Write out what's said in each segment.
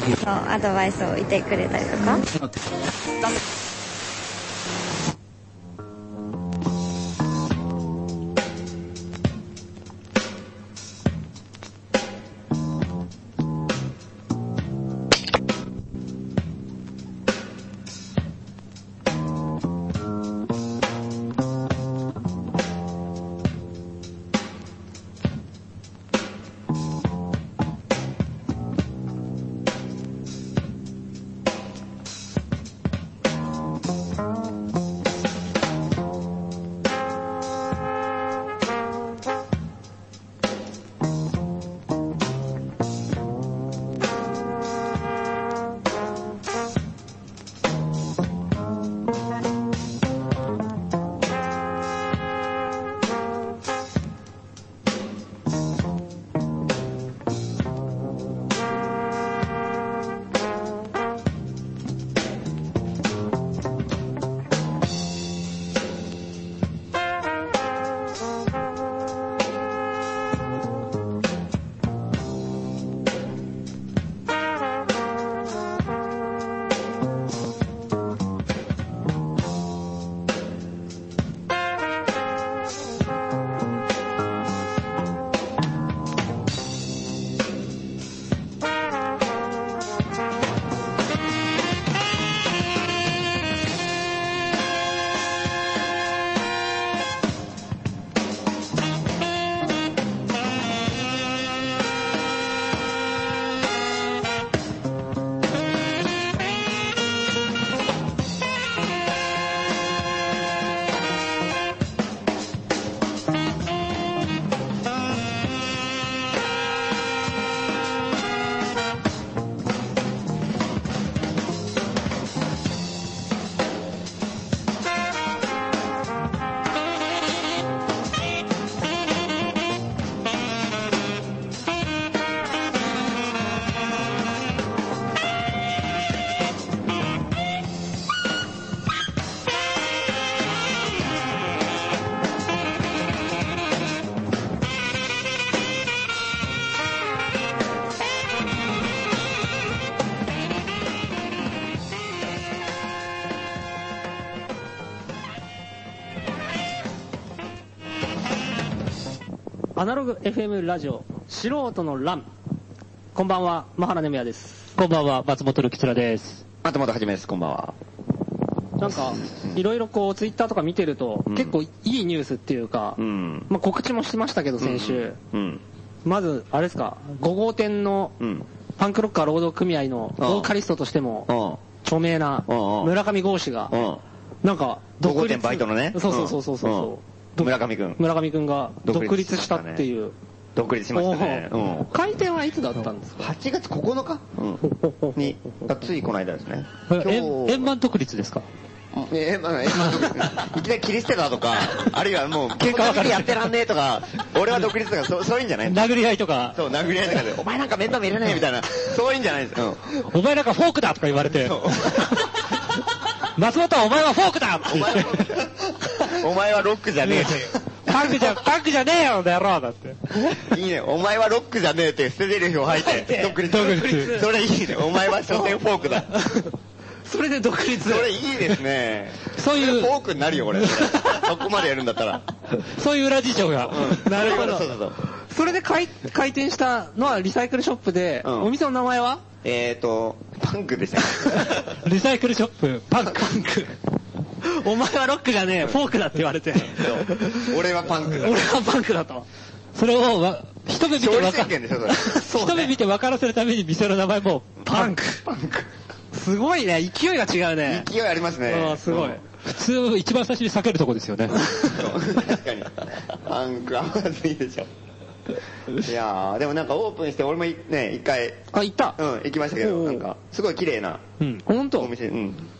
アドバイスを言ってくれたりとか。 アナログ FM ラジオ素人の欄。こんばんは、マハラネムヤです。 こんばんは、松本るきつらです。 松本はじめです。こんばんは。 なんかいろいろこうツイッターとか見てると、結構いいニュースっていうか、まあ、告知もしましたけど先週、まずあれですか、5号店のパンクロッカー労働組合のボーカリストとしても著名な村上剛氏がなんか 5号店バイトのね、 そう村上くんが独立したっていう。 独立しましたね。 開店はいつだったんですか ？8月9日に、ついこの間ですね。 円満独立ですか？ 円満独立。いきなり切り捨てたとか、あるいはもう、喧嘩ばかりやってらんねえとか、俺は独立とか、そういうんじゃない。 殴り合いとか。 そう、殴り合いとかで、お前なんか面倒見れないみたいな、そういうんじゃないです。 お前なんかフォークだとか言われて。松本はお前はフォークだお前はロックじゃねえって。 パンクじゃねえよ、だろだって。 いいね、お前はロックじゃねえって捨て台詞を吐いて、独立。それいいね、お前は所詮フォークだ。 それで独立。 それいいですね。 そういう。 フォークになるよ、これ。そこまでやるんだったら。 そういう裏事情が。 なるほど。それで開店したのはリサイクルショップで、お店の名前はパンクでした。 リサイクルショップ、パンク。 お前はロックじゃねえ、フォークだって言われて。 俺はパンクだ。 俺はパンクだと。 それを一目見て分からせるために店の名前もパンク。 すごいね、勢いが違うね。 勢いありますね。 すごい。 普通一番最初に避けるとこですよね。 確かに。パンクはまずいでしょ。いやー、でもなんかオープンして俺もね、一回。 行った？ 行きましたけど、なんか、すごい綺麗な。 ほんと？ お店。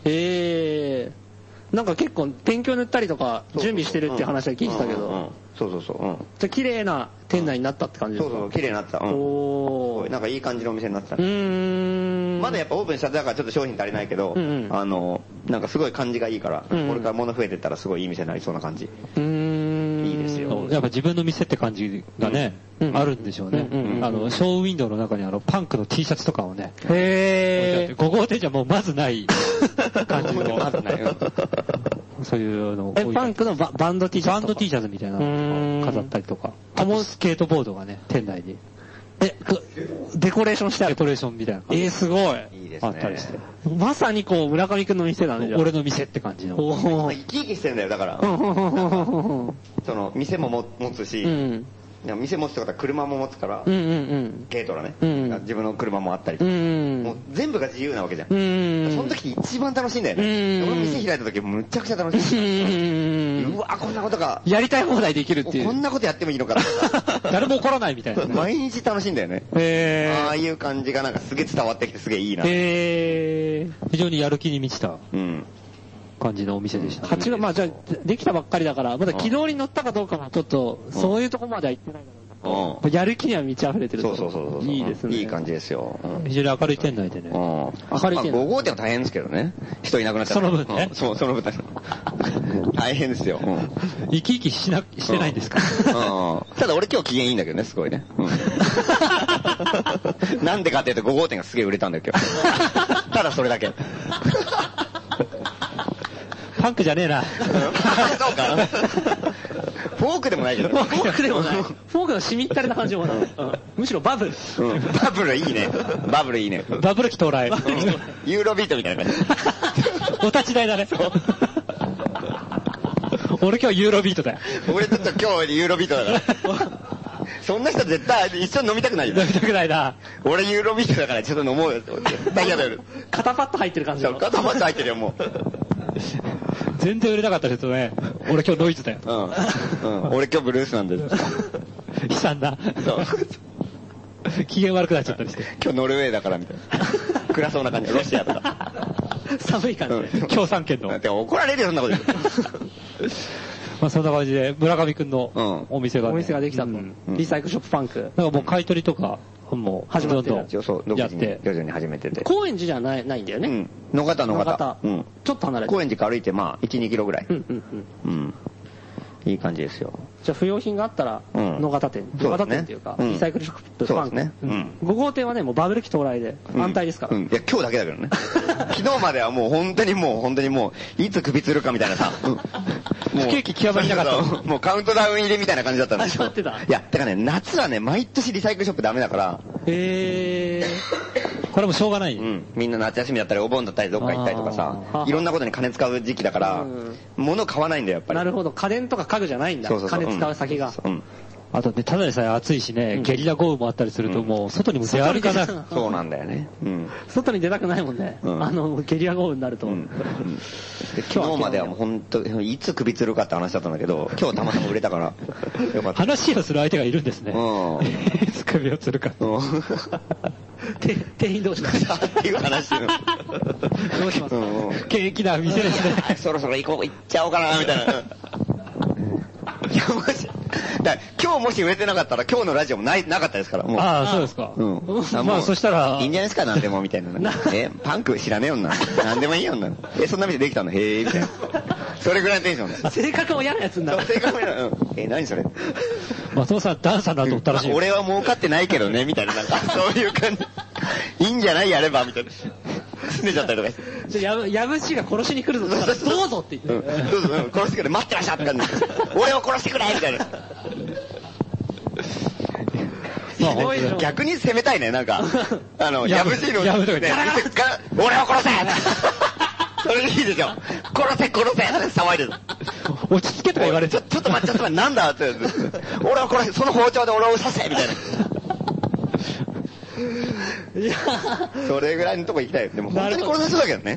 なんか結構ペンキを塗ったりとか準備してるって話は聞いてたけど。 そう。 じゃあ綺麗な店内になったって感じですか？ そう、綺麗になった。なんかいい感じのお店になってた。まだやっぱオープンしたてだからちょっと商品足りないけど、なんかすごい感じがいいから、これから物増えてったらすごいいい店になりそうな感じ。いいですよ。 やっぱ自分の店って感じがね、あるんでしょうね。ショーウィンドウの中にパンクの T シャツとかをね、 へー。 5号店じゃもうまずない感じの。 まずない。 そういうのを。 パンクのバンド T シャツバンド T シャツみたいなのを飾ったりとか。スケートボードがね、店内に。 デコレーションしてある。 デコレーションみたいな感じ。 すごい。 いいですね。 あったりして。 まさにこう、村上くんの店だね、 俺の店って感じの。 生き生きしてんだよ、だから。その、店も持つし、店持つってことは車も持つから、軽トラね。自分の車もあったりとか。もう全部が自由なわけじゃん。その時一番楽しいんだよね。俺店開いた時むちゃくちゃ楽しい。うわ、こんなことが。 やりたい放題できるっていう。 こんなことやってもいいのかな。 誰も怒らないみたいな。 毎日楽しいんだよね。ああいう感じがなんかすげえ伝わってきてすげえいいな。 非常にやる気に満ちた。感じのお店でしたね。 まあじゃあ、できたばっかりだから、まだ軌道に乗ったかどうかはちょっと、そういうとこまでは行ってないだろうけど、やる気には満ち溢れてる。 そう。 いいですね。 いい感じですよ。 非常に明るい店内でね。 明るい店内。 5号店は大変ですけどね。人いなくなっちゃった。 その分ね。 その分大変ですよ。 生き生きしてないんですか。 ただ俺今日機嫌いいんだけどね、すごいね。なんでかっていうと5号店がすげえ売れたんだよ、今日。ただそれだけ。 パンクじゃねえな。 そうか。フォークでもないけど。 フォークでもない。フォークのしみったれな感じもない。むしろバブル。 バブルいいね。バブルいいね。 バブル期到来。 ユーロビートみたいな感じ。 お立ち台だね。俺今日ユーロビートだよ。 俺ちょっと今日ユーロビートだから。そんな人絶対一緒に飲みたくないよ。 飲みたくないな。 俺ユーロビートだからちょっと飲もうよ。絶対嫌だよ。 肩パッド入ってる感じ。 肩パッド入ってるよ、もう。 全然売れなかったですよね。俺今日ドイツだよ。 俺今日ブルースなんだよ。 悲惨だ。機嫌悪くなっちゃったりして。 今日ノルウェーだからみたいな。暗そうな感じ。ロシアとか。 寒い感じ。 共産圏の。 怒られるよ、そんなこと言う。 まあそんな感じで、村上くんのお店がね。 お店ができたと。リサイクルショップパンク。 なんかもう買い取りとか、もう、どんどんやって。 徐々に始めてて。 高円寺じゃないんだよね。 野方。ちょっと離れて。 高円寺から歩いてまあ、1、2キロぐらい。いい感じですよ。 じゃあ不要品があったら、野方店。野方店っていうか、リサイクルショップパンク。5号店はね、もうバブル期到来で、安泰ですから。 いや、今日だけだけどね。昨日まではもう本当にもう、いつ首つるかみたいなさ。 不景気極まりなかった。 もうカウントダウン入れみたいな感じだったんですよ。 始まってた。 いや、てかね、夏はね、毎年リサイクルショップダメだから。 これもしょうがない。 みんな夏休みだったり、お盆だったり、どっか行ったりとかさ、いろんなことに金使う時期だから、物買わないんだよ、やっぱり。 なるほど、家電とか家具じゃないんだ。金使う先が。 あとね、ただでさえ暑いしね、ゲリラ豪雨もあったりするともう、外にも出歩かない。 そうなんだよね。 外に出たくないもんね。ゲリラ豪雨になると。 今日まではもう本当いつ首つるかって話だったんだけど、今日たまたま売れたから、よかった。 話をする相手がいるんですね。いつ首をつるか。 店員同士だっていう話。どうします景気な店ですね。 そろそろ行っちゃおうかな、みたいな。いや、もし、今日もし売れてなかったら今日のラジオもなかったですから、もう。 ああ、そうですか。まあ、そしたら。 いいんじゃないですか、なんでも、みたいな。パンク知らねえよんな。なんでもいいよんな。そんな店できたのへえ、みたいな。それぐらいのテンションです。 性格も嫌なやつになる。 性格も嫌な。何それ。 松本さん、ダンサーだと思ったらしい。 俺は儲かってないけどね、みたいな、なんか、そういう感じ。いいんじゃないやれば、みたいな。拗ねちゃったりとかして。 やぶしが殺しに来るぞって言ったら、どうぞって言って。 殺してくれ、待ってましたって感じ。俺を殺してくれみたいな。逆に攻めたいね、なんか。やぶしいの。俺を殺せそれでいいでしょ。殺せ騒いでる。 落ち着けとか言われて。 ちょっと待って、なんだって。俺を殺せ、その包丁で俺を刺せみたいな。いやそれぐらいのとこ行きたいよ。でも本当に殺せそうだけどね。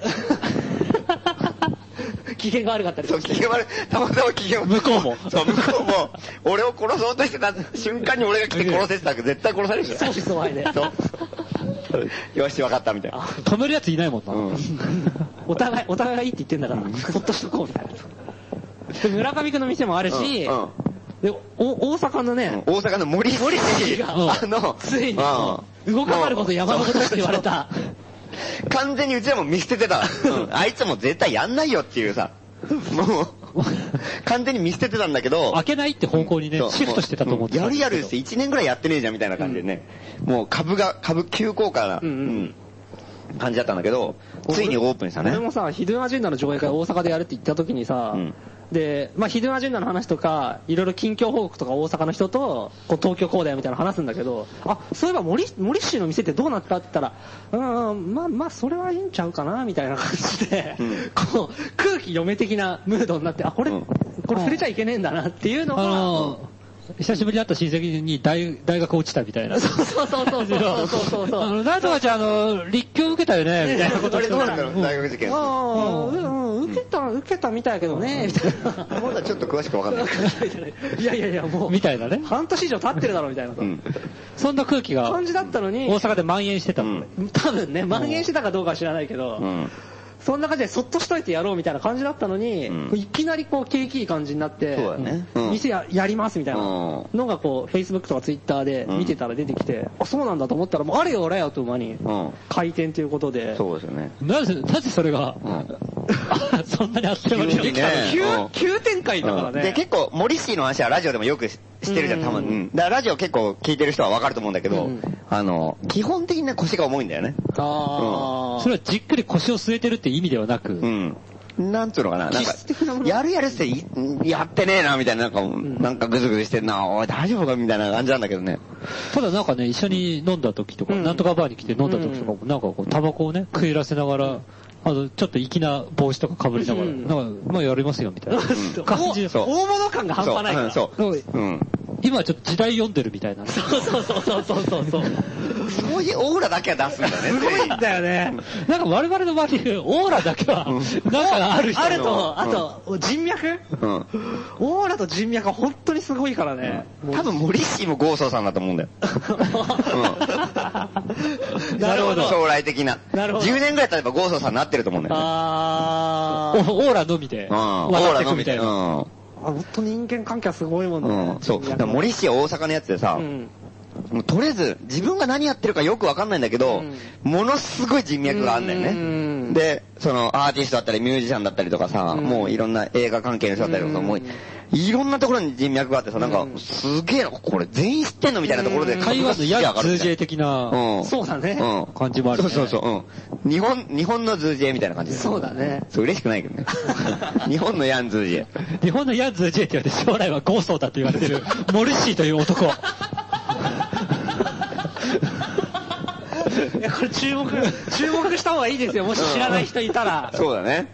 機嫌が悪かったり。 そう、機嫌悪い。たまたま機嫌向こうも。 そう、向こうも、俺を殺そうとしてた瞬間に俺が来て殺せてたら絶対殺されるでしょ。 そうしそうあいで。 そう。よし、分かったみたいな。 止めるやついないもんな。 お互いがいいって言ってんだから、ほっとしとこうみたいな。で、村上くんの店もあるし、で、大阪のね、 大阪の森氏が、ついに、動かざること山のことって言われた。 完全にうちらも見捨ててた。あいつも絶対やんないよっていうさ、もう、 完全に見捨ててたんだけど、 開けないって方向にね、シフトしてたと思ってた。 やるって1年ぐらいやってねえじゃんみたいな感じでね、もう株急降下な、感じだったんだけど、ついにオープンしたね。 俺もさ、ヒドゥンアジェンダの上映会大阪でやるって言った時にさ、で、まあ、ヒドゥンアジェンダの話とか、いろいろ近況報告とか大阪の人と、こう東京こうだよみたいな話すんだけど、そういえば森氏の店ってどうなったって言ったら、まあ、それはいいんちゃうかなみたいな感じで、こう、空気読め的なムードになって、これ触れちゃいけねえんだなっていうのが、 久しぶりに会った親戚に大学落ちたみたいな。 そう。 なんとかちゃん、立教受けたよね、みたいなことを。 どうなんだろう、大学受験。 受けたみたいやけどね、みたいな。 まだちょっと詳しくわかんない。 いや、もう。 みたいなね。 半年以上経ってるだろ、みたいな。 そんな空気が。 感じだったのに。 大阪で蔓延してたの。 多分ね、蔓延してたかどうかは知らないけど。そんな感じでそっとしといてやろうみたいな感じだったのに、いきなりこう景気いい感じになって、店やりますみたいなのがこう Facebook とか Twitter で見てたら出てきて、そうなんだと思ったらもうあれよあれよと馬に開店ということで。 そうですよね。 なぜそれが、そんなにあっという間にできたの？急展開だからね。 で、結構森氏の話はラジオでもよくしてるじゃん、多分。だからラジオ結構聞いてる人はわかると思うんだけど、基本的に腰が重いんだよね。 それはじっくり腰を据えてるって意味ではなく、 なんつうのかな、なんか、やるってやってねえな、みたいな、なんかグズグズしてんな、おい大丈夫かみたいな感じなんだけどね。 ただなんかね、一緒に飲んだ時とか、なんとかバーに来て飲んだ時とかも、なんかこう、タバコをね、食い入らせながら、ちょっと粋な帽子とか被りながら、なんか、まあやりますよ、みたいな感じで。 大物感が半端ないから。 今ちょっと時代読んでるみたいな。 そう。 そういうオーラだけは出すんだね。 すごいんだよね。 なんか我々の周り、オーラだけは、なんかある人。 あると、あと、人脈オーラと人脈は本当にすごいからね。 多分森氏もゴーソーさんだと思うんだよ。 なるほど。 将来的な。10年ぐらい経てばゴーソーさんになってると思うんだよね。 オーラのみで。オーラのみで。 本当人間関係はすごいもんね。 そう。森氏は大阪のやつでさ、もうとりあえず自分が何やってるかよくわかんないんだけど、ものすごい人脈があんだよね。で、そのアーティストだったりミュージシャンだったりとかさ、もういろんな映画関係の人だったりとか、もういろんなところに人脈があってさ、なんかすげえな、これ全員知ってんのみたいなところで会話のや通じ的な、 そうだね。 感じもあるね。 そう。日本の通じみたいな感じで。 そうだね。 そう、嬉しくないけどね。日本のヤン通じ。 日本のヤン通じって言われて将来はゴーソーだと言われてるモリシーという男。 いや、これ注目した方がいいですよ、もし知らない人いたら。 そうだね。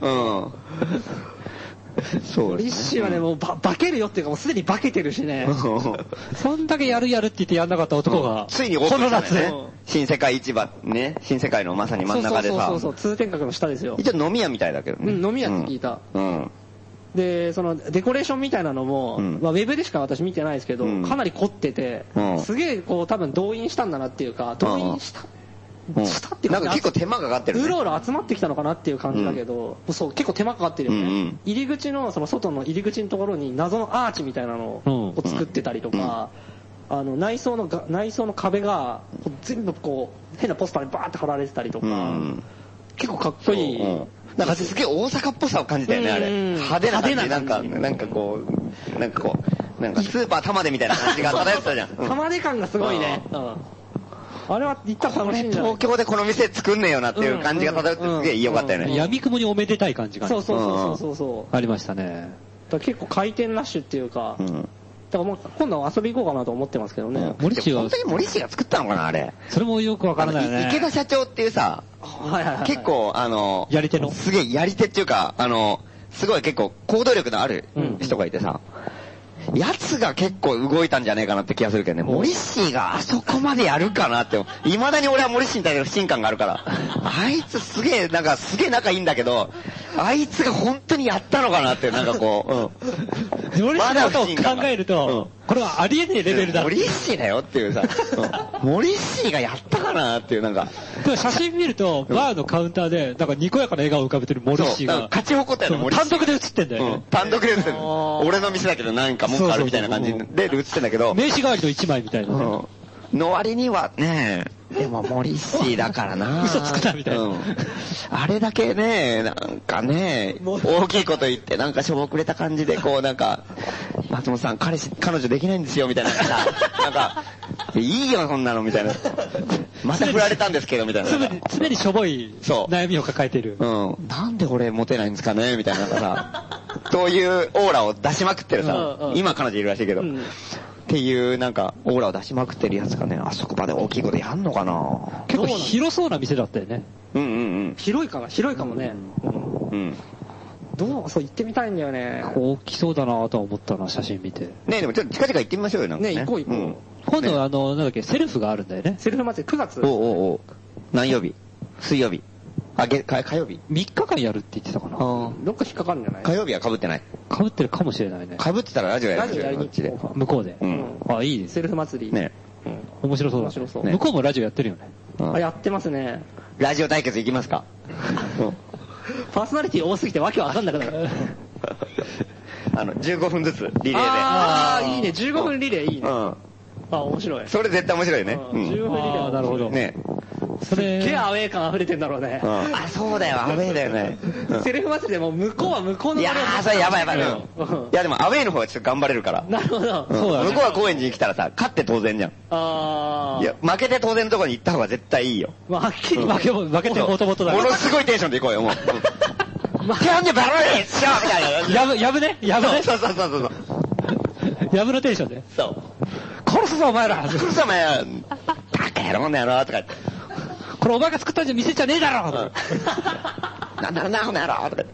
そう。リッシーはね、もう化けるよっていうか、もうすでに化けてるしね。 そんだけやるって言ってやんなかった男が。 ついにオープンしたね。新世界市場、ね。新世界のまさに真ん中でさ。 そう、通天閣の下ですよ。 一応飲み屋みたいだけどね。 飲み屋って聞いた。で、そのデコレーションみたいなのも、まあウェブでしか私見てないですけど、かなり凝ってて、すげえこう多分動員したんだなっていうか、動員したっていうか、 なんか結構手間かかってるね。 うろうろ集まってきたのかなっていう感じだけど、そう結構手間かかってるよね。入り口のその外の入り口のところに謎のアーチみたいなのを作ってたりとか、内装の壁が全部こう変なポスターにバーって貼られてたりとか、結構かっこいい。 なんかすげえ大阪っぽさを感じたよね、あれ。派手な感じ。なんかこう、なんかスーパー玉出みたいな感じが漂ってたじゃん。 玉出感がすごいね。あれは行ったら楽しいんじゃない？ 東京でこの店作んねえよなっていう感じが漂ってすげえ良かったよね。 闇雲におめでたい感じが。 そう。 ありましたね。 結構回転ラッシュっていうか、だからもう今度は遊び行こうかなと思ってますけどね。 本当に森氏が作ったのかな、あれ。 それもよくわからないね。 池田社長っていうさ、結構やり手の。 すげえやり手っていうか、すごい結構行動力のある人がいてさ、やつが結構動いたんじゃねえかなって気がするけどね。森氏があそこまでやるかなって。未だに俺は森氏に対する不信感があるから。あいつすげえ仲いいんだけど、あいつが本当にやったのかなって、なんかこう。森氏のことを考えると、これはありえねえレベルだ。 森氏だよっていうさ、森氏がやったかなっていうなんか。 でも写真見ると、バーのカウンターで、なんかにこやかな笑顔を浮かべてる森氏が。 勝ち誇ったよね、森氏。 単独で写ってんだよね。 単独で写ってんの。俺の店だけどなんか文句あるみたいな感じで写ってんだけど。 名刺代わりの一枚みたいな。 の割にはね、 でも森氏だからな嘘つくなみたいな、 あれだけね、なんかね、大きいこと言って、なんかしょぼくれた感じで、こうなんか、松本さん、彼女できないんですよ、みたいなさ、なんか、いいよ、そんなの、みたいな。また振られたんですけど、みたいな。 常にしょぼい悩みを抱えてる。 なんで俺モテないんですかね、みたいなさ、そういうオーラを出しまくってるさ、今彼女いるらしいけど、っていうなんかオーラを出しまくってるやつがね、あそこまで大きいことやんのかな。 結構広そうな店だったよね。 広いかもね。どうそう行ってみたいんだよね。 大きそうだなとは思ったな、写真見て。 ね、でもちょっと近々行ってみましょうよ、なんかね。 ね、行こう。 今度なんだっけ、セルフがあるんだよね。 セルフ祭り9月。 何曜日？水曜日。火曜日 ?3 日間やるって言ってたかな。 どっか引っかかるんじゃない？ 火曜日は被ってない。 被ってるかもしれないね。 被ってたらラジオやる。 ラジオやりに行って向こうで。あ、いいです。 セルフ祭り。 ね。 面白そうだ。向こうもラジオやってるよね。 あ、やってますね。 ラジオ対決行きますか？ パーソナリティ多すぎてわけわかんなくなる。 15分ずつリレーで。 ああ、いいね。15分リレーいいね。あ、面白い。 それ絶対面白いね。 15分リレー。 なるほど。 ね。 すっげえアウェー感溢れてんだろうね。 あ、そうだよ、アウェーだよね。 セルフ祭りでも向こうは向こうの。 いやー、それやばい。いやでもアウェーの方はちょっと頑張れるから。 なるほど。 そうだね。向こうは高円寺に来たらさ、勝って当然じゃん。いや、負けて当然のとこに行った方が絶対いいよ。 はっきり負けてもともとだ。 ものすごいテンションで行こうよ、もう。なんでバロリーしようみたいな。 やぶね。 そう。 やぶのテンションで。 そう。 殺すぞお前ら。 殺すぞお前ら。バカ野郎この野郎とか言って。 これお前が作ったんじゃ店じゃねえだろ。 なんだろうなこの野郎とか言って。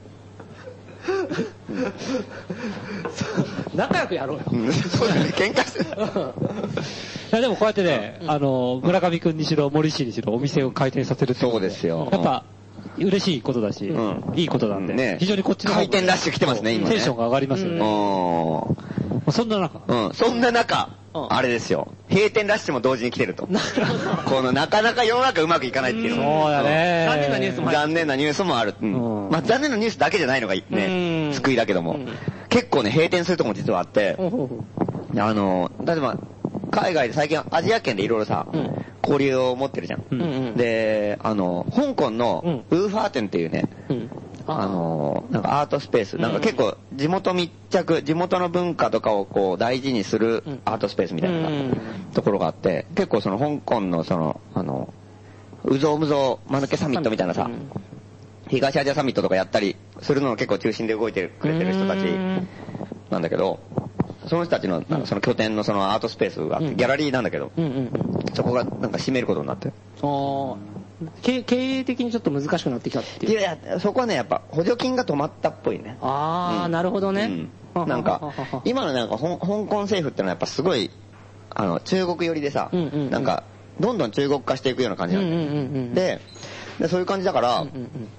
仲良くやろうよ。 そうだね、喧嘩してる。 いやでもこうやってね、村上くんにしろ森氏にしろお店を開店させるってそうですよ。 やっぱ嬉しいことだし、いいことなんで、非常にこっちの回転ラッシュ来てますね、今ね。 テンションが上がりますよね。そんな中、あれですよ。閉店ラッシュも同時に来てると。このなかなか世の中うまくいかないっていうの。 そうだね。 残念なニュースもある。まあ残念なニュースだけじゃないのがね、救いだけども。結構ね、閉店するとこも実はあって、例えば、海外で最近アジア圏でいろいろさ、交流を持ってるじゃん。で、香港のウーファー店っていうね、なんかアートスペース、なんか結構地元密着、地元の文化とかをこう大事にするアートスペースみたいなところがあって、結構その香港のその、うぞうむぞうまぬけサミットみたいなさ、東アジアサミットとかやったりするのの結構中心で動いてくれてる人たちなんだけど、その人たちのその拠点のそのアートスペースがあって、ギャラリーなんだけど、そこがなんか閉めることになって。 経営的にちょっと難しくなってきたっていう。 いや、そこはね、やっぱ補助金が止まったっぽいね。 なるほどね。 なんか、今のなんか香港政府ってのはやっぱすごい、中国寄りでさ、なんか、どんどん中国化していくような感じなんだよ。で、そういう感じだから、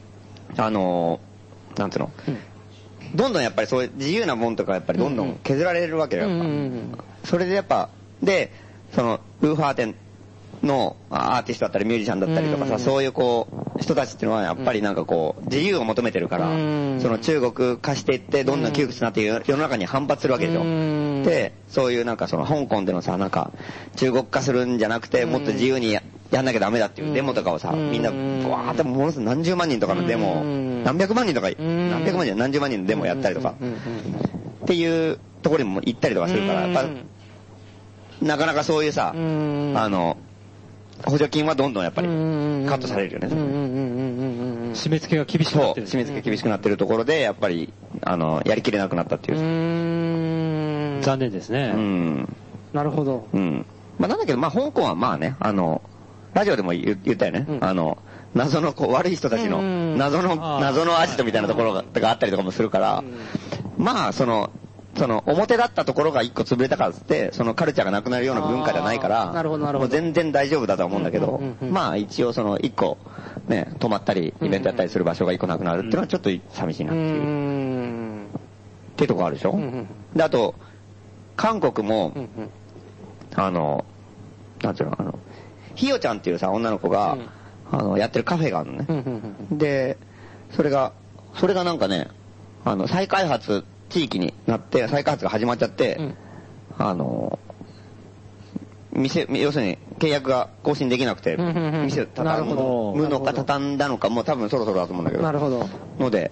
なんつうの、どんどんやっぱりそういう自由なもんとかやっぱりどんどん削られるわけよ、やっぱ。それでやっぱ、で、その、ウーファー店のアーティストだったりミュージシャンだったりとかさ、そういうこう、人たちっていうのはやっぱりなんかこう、自由を求めてるから、その中国化していってどんどん窮屈になって世の中に反発するわけでしょ。で、そういうなんかその香港でのさ、なんか、中国化するんじゃなくてもっと自由にやんなきゃダメだっていうデモとかをさ、みんな、わーってものすごい何十万人とかのデモ、何百万人とか、何百万人何十万人のデモやったりとか、っていうところにも行ったりとかするから、やっぱ、なかなかそういうさ、補助金はどんどんやっぱりカットされるよね。 締め付けが厳しくなってる。 締め付け厳しくなってるところで、やっぱり、やりきれなくなったっていう。 残念ですね。 なるほど。 まあなんだけど、まあ香港はまあね、ラジオでも言ったよね。謎の悪い人たちの謎のアジトみたいなところがあったりとかもするから、まあその表だったところが一個潰れたからって、そのカルチャーがなくなるような文化じゃないから、もう全然大丈夫だとは思うんだけど、まあ一応その一個ね、泊まったり、イベントやったりする場所が一個なくなるっていうのはちょっと寂しいなっていう。っていうとこあるでしょ。で、あと、韓国も、なんていうの、ひよちゃんっていうさ、女の子が、やってるカフェがあるのね。で、それがなんかね、再開発、地域になって再開発が始まっちゃって、 要するに契約が更新できなくて、店を畳むのか畳んだのか、もう多分そろそろだと思うんだけど。 なるほど。 ので、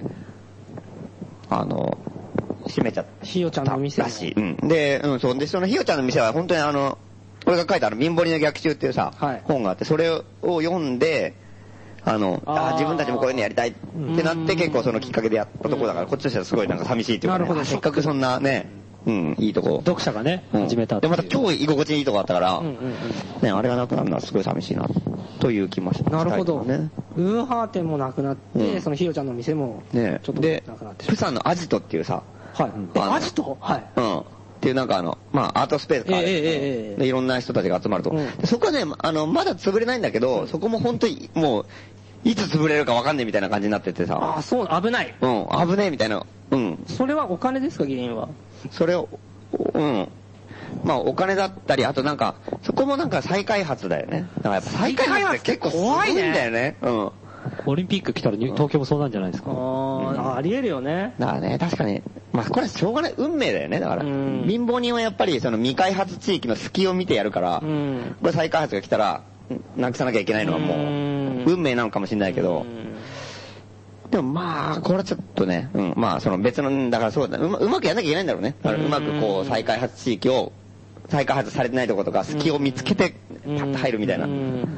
閉めちゃった。 ひよちゃんの店らしい。うん。で、そう。で、そのひよちゃんの店は本当に俺が書いた貧乏人の逆襲っていうさ、本があって、それを読んで、自分たちもこういうのやりたいってなって結構そのきっかけでやったところだから、こっちとしてはすごいなんか寂しいっていうか、ね、なるほど。せっかくそんなね、いいとこ。 読者がね、始めた。 で、また超居心地いいとこだったから、ね、あれがなくなるのはすごい寂しいな、という気もした。 なるほど。ね。ウーハー店もなくなって、そのひよちゃんの店も、ちょっとなくなってしまう。 プサンのアジトっていうさ、 はい。アジトはい。 っていうなんかまあアートスペースがある。で、いろんな人たちが集まると。そこはね、まだ潰れないんだけど、そこも本当にもう、いつ潰れるか分かんねえみたいな感じになっててさ。 ああ、そう、危ない。 危ねえみたいな。 それはお金ですか、原因は。 それを、まあお金だったり、あとなんか、そこもなんか再開発だよね。だからやっぱ再開発って結構怖いんだよね。 オリンピック来たら東京もそうなんじゃないですか。 ありえるよね。 だからね、確かに。まあこれはしょうがない、運命だよね、だから。貧乏人はやっぱりその未開発地域の隙を見てやるから、これ再開発が来たら、なくさなきゃいけないのはもう、運命なのかもしれないけど、でもまあ、これはちょっとね、まあその別の、だからそうだ、うまくやんなきゃいけないんだろうね。うまくこう再開発地域を、再開発されてないところとか、隙を見つけて、パッと入るみたいな。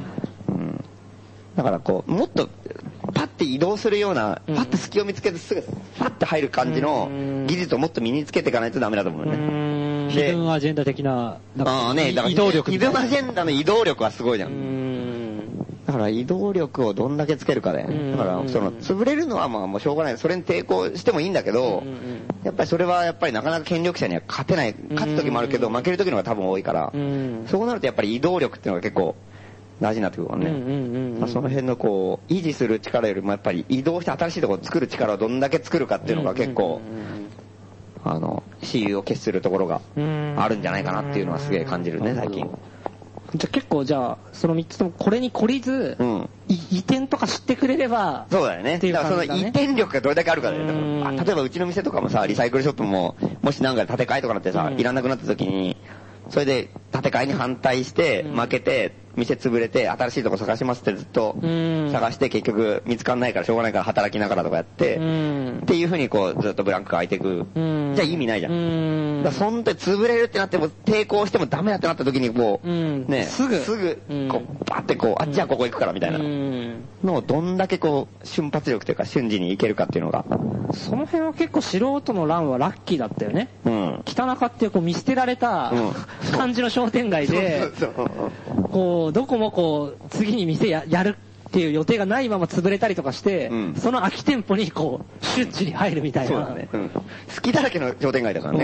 だからこう、もっと、パッて移動するような、パッて隙を見つけてすぐ、パッて入る感じの技術をもっと身につけていかないとダメだと思うね。 ヒドゥンアジェンダ的な、 移動力。ヒドゥンアジェンダの移動力はすごいじゃん。だから移動力をどんだけつけるかで、だからその潰れるのはまあもうしょうがない。それに抵抗してもいいんだけど、やっぱりそれはやっぱりなかなか権力者には勝てない。勝つ時もあるけど負ける時の方が多分多いから、そうなるとやっぱり移動力っていうのが結構大事になってくるからね。その辺のこう維持する力よりもやっぱり移動して新しいところを作る力をどんだけ作るかっていうのが結構私有を決するところがあるんじゃないかなっていうのはすげえ感じるね、最近。 じゃあ結構じゃあ、その3つともこれに懲りず、移転とか知ってくれれば、 そうだよね。だからその移転力がどれだけあるかだよね。例えばうちの店とかもさ、リサイクルショップも、もしなんか建て替えとかなってさ、いらなくなった時に、それで建て替えに反対して、負けて、店潰れて、新しいとこ探しますってずっと探して、結局見つかんないからしょうがないから働きながらとかやって、っていう風にこうずっとブランクが空いていく。じゃあ意味ないじゃん。だからそんで潰れるってなっても抵抗してもダメだってなった時にこう、ね、すぐ、こう、バーってこう、じゃあここ行くからみたいなのをどんだけこう、瞬発力というか瞬時に行けるかっていうのが。 その辺は結構素人の欄はラッキーだったよね。北中っていうこう見捨てられた感じの商店街で、こう、どこもこう、次に店やるっていう予定がないまま潰れたりとかして、その空き店舗にこう、瞬時に入るみたいな。そうだね。 好きだらけの商店街だからね。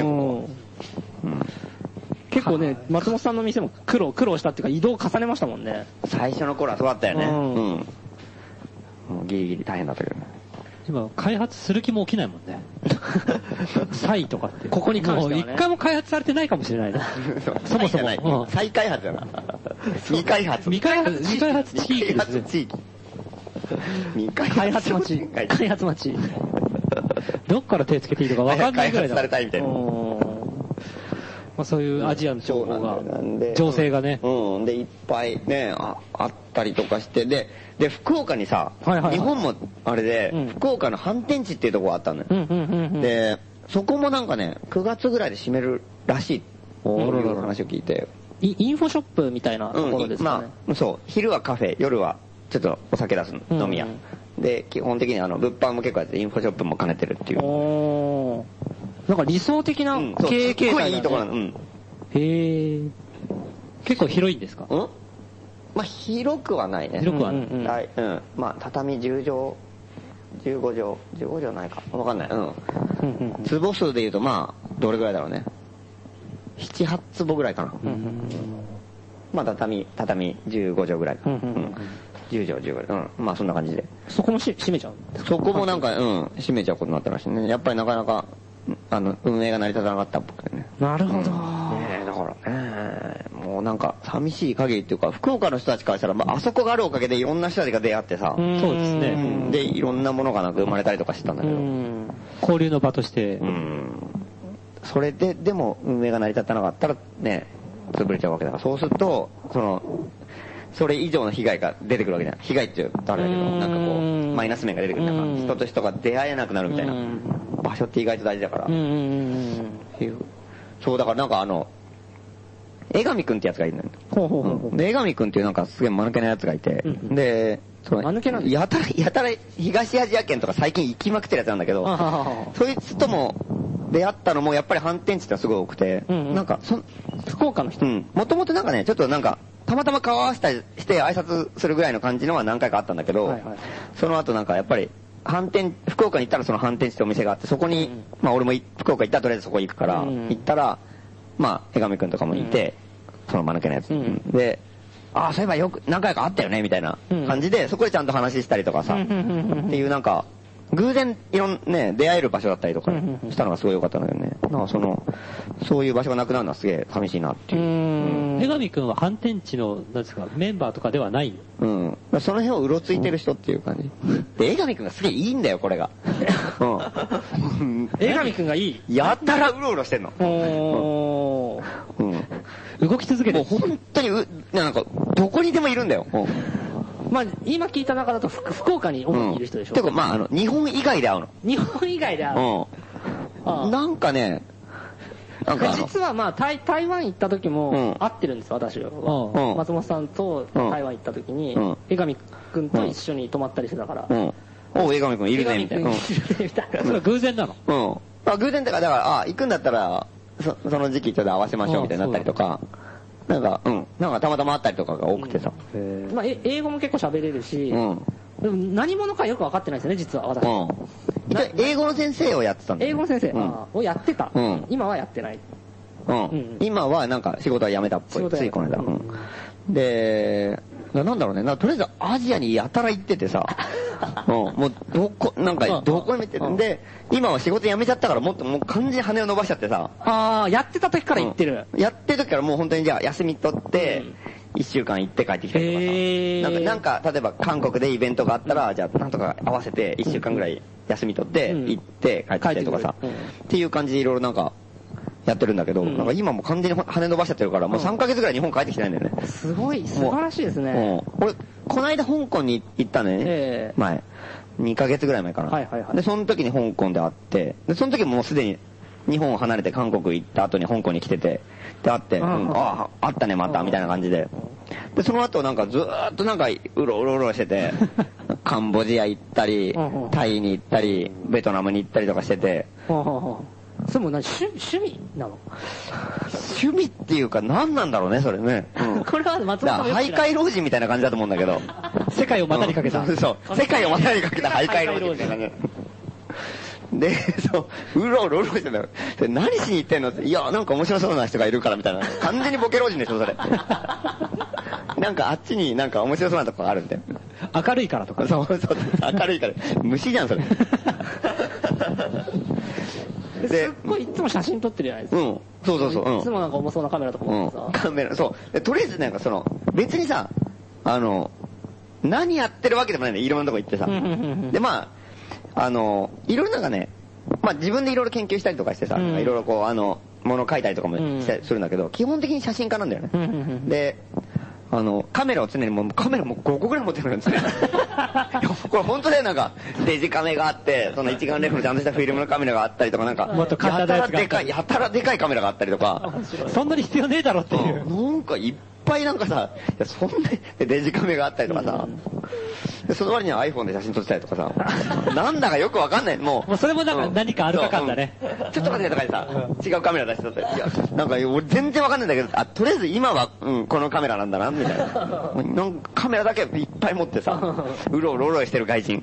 結構ね、松本さんの店も苦労したっていうか移動を重ねましたもんね。 最初の頃はそうだったよね。もうギリギリ大変だったけどね。 今、開発する気も起きないもんね。サイとかって。 ここに関しては、ね。 一回も開発されてないかもしれないな。 そもそも。再開発だな。未開発地域。 未開発地域。 開発町。開発町。 どっから手つけていいのか分かんないぐらいだ。 開発されたいみたいな。 まあ、そういうアジアの情報が、情勢がね。 で、いっぱいね、あったりとかして、で、福岡にさ、日本もあれで、福岡の反転地っていうところがあったのよ。で、そこもなんかね、9月ぐらいで閉めるらしい。いう話を聞いて。 インフォショップみたいなところですかね。 まあ、そう。昼はカフェ、夜はちょっとお酒出す飲み屋。で、基本的に物販も結構やってインフォショップも兼ねてるっていう。 なんか理想的な経営形態だね。すっごいいいところなの。へえ。結構広いんですか？ まあ広くはないね。 広くはない。 まあ畳10畳、15畳ないか。わかんない。坪数で言うとまあ、どれぐらいだろうね。7、8坪ぐらいかな。まあ畳15畳ぐらいかな。10畳15畳。まあそんな感じで。 そこも閉めちゃう？ そこもなんか、閉めちゃうことになったらしいね。やっぱりなかなか、運営が成り立たなかったっぽくてね。 なるほど。 だからね、もうなんか寂しい限りっていうか、福岡の人たちからしたら、あそこがあるおかげでいろんな人たちが出会ってさ、 そうですね。 で、いろんなものがなんか生まれたりとかしてたんだけど、 交流の場として、 それで、でも運営が成り立たなかったらね、 潰れちゃうわけだから、そうすると、それ以上の被害が出てくるわけじゃない。被害って言うとあれだけど、なんかこう、マイナス面が出てくる。なんか人と人が出会えなくなるみたいな場所って意外と大事だから。そう、だからなんか江上くんってやつがいるのよ。で、江上くんっていうなんかすげえ間抜けなやつがいて、で、 間抜けなんですやたら東アジア圏とか最近行きまくってるやつなんだけど、そいつとも出会ったのもやっぱり反転地ってすごい多くて、なんか福岡の人。 もともとなんかね、ちょっとなんか、たまたま顔合わせたりして挨拶するぐらいの感じのは何回かあったんだけど、その後なんかやっぱり、福岡に行ったらその反転地ってお店があって、そこに、まあ俺も福岡行ったらとりあえずそこ行くから、行ったら、まあ、江上くんとかもいて、その間抜けなやつ。で、ああ、そういえばよく何回かあったよね、みたいな感じで、そこでちゃんと話したりとかさ、っていうなんか、偶然出会える場所だったりとかしたのがすごい良かったんだけどね。なんかそういう場所がなくなるのはすげえ寂しいなっていう。 江上くんは反転地の、なんですか、メンバーとかではないその辺をうろついてる人っていう感じ。で、江上くんがすげえいいんだよ、これが。 江上くんがいい。 やったらうろうろしてんの。 動き続けてる。 もう本当になんか、どこにでもいるんだよ。 まあ、今聞いた中だと福岡に主にいる人でしょ。 てか、まあ、日本以外で会うの。 日本以外で会う。 なんかね、なんか実はまあ、台湾行った時も会ってるんです、私は。松本さんと台湾行った時に、江上くんと一緒に泊まったりしてたから。 おう、江上くんいるね、みたいな。 それ偶然なの？ 偶然だから、行くんだったら、その時期ちょっと合わせましょうみたいになったりとか、なんかたまたま会ったりとかが多くてさ。 まあ、英語も結構喋れるし、でも何者かよく分かってないですよね、実は私。 英語の先生をやってたんだ。 英語の先生をやってた。今はやってない。 今はなんか仕事は辞めたっぽい。ついこの間。で、なんだろうね、とりあえずアジアにやたら行っててさ、もうどこにも行ってるんで、今は仕事辞めちゃったからもう完全に羽を伸ばしちゃってさ。 やってた時から行ってる。 やってる時からもう本当にじゃあ休み取って、1週間行って帰ってきたりとかさ。なんか例えば韓国でイベントがあったら、じゃあなんとか合わせて1週間ぐらい休み取って行って帰ってきたりとかさ。っていう感じでいろいろなんか、やってるんだけど、なんか今も完全に羽伸ばしちゃってるから、もう3ヶ月ぐらい日本帰ってきてないんだよね。 すごい、素晴らしいですね。 俺、この間香港に行ったね、前。2ヶ月ぐらい前かな。で、その時に香港で会って、で、その時もうすでに日本を離れて韓国行った後に香港に来てて、で、会って、あったね、また、みたいな感じで。で、その後なんかずーっとなんかうろうろしてて、カンボジア行ったり、タイに行ったり、ベトナムに行ったりとかしてて、 それも趣味なの？ 趣味っていうか何なんだろうね、それね。 これは松本さん徘徊老人みたいな感じだと思うんだけど。 世界を股にかけた。 そう。世界を股にかけた徘徊老人みたいな感じ。で、うろうろしてたよ。何しに行ってんのって、いや、なんか面白そうな人がいるからみたいな。完全にボケ老人でしょ、それ。なんかあっちになんか面白そうなとこがあるみたいな。明るいからとか。 そう、明るいから。虫じゃん、それ。 すっごいいつも写真撮ってるじゃないですか。 そう。 いつもなんか重そうなカメラとか持ってさ。 カメラ、そう。とりあえずなんか別にさ、何やってるわけでもないんだよ、いろんなとこ行ってさ。で、まあ、いろいろなんかね、まあ自分でいろいろ研究したりとかしてさ、いろいろこう、もの書いたりとかもしたりするんだけど、基本的に写真家なんだよね。で、カメラを常にカメラも5個ぐらい持ってるんですね。これ本当だよ、なんか、デジカメがあって、その一眼レフのちゃんとしたフィルムのカメラがあったりとか、なんか、やたらでかいカメラがあったりとか。 そんなに必要ねえだろっていう。 なんかいっぱいなんかさ、そんなデジカメがあったりとかさ、その割には iPhone で写真撮ってたりとかさ、なんだかよくわかんない。もうそれもなんか何かあるか感だね。 ちょっと待ってとかでさ、違うカメラ出して撮って、いや、なんか俺全然わかんないんだけど、とりあえず今は、このカメラなんだな、みたいな。なんかカメラだけいっぱい持ってさ、うろうろしてる外人。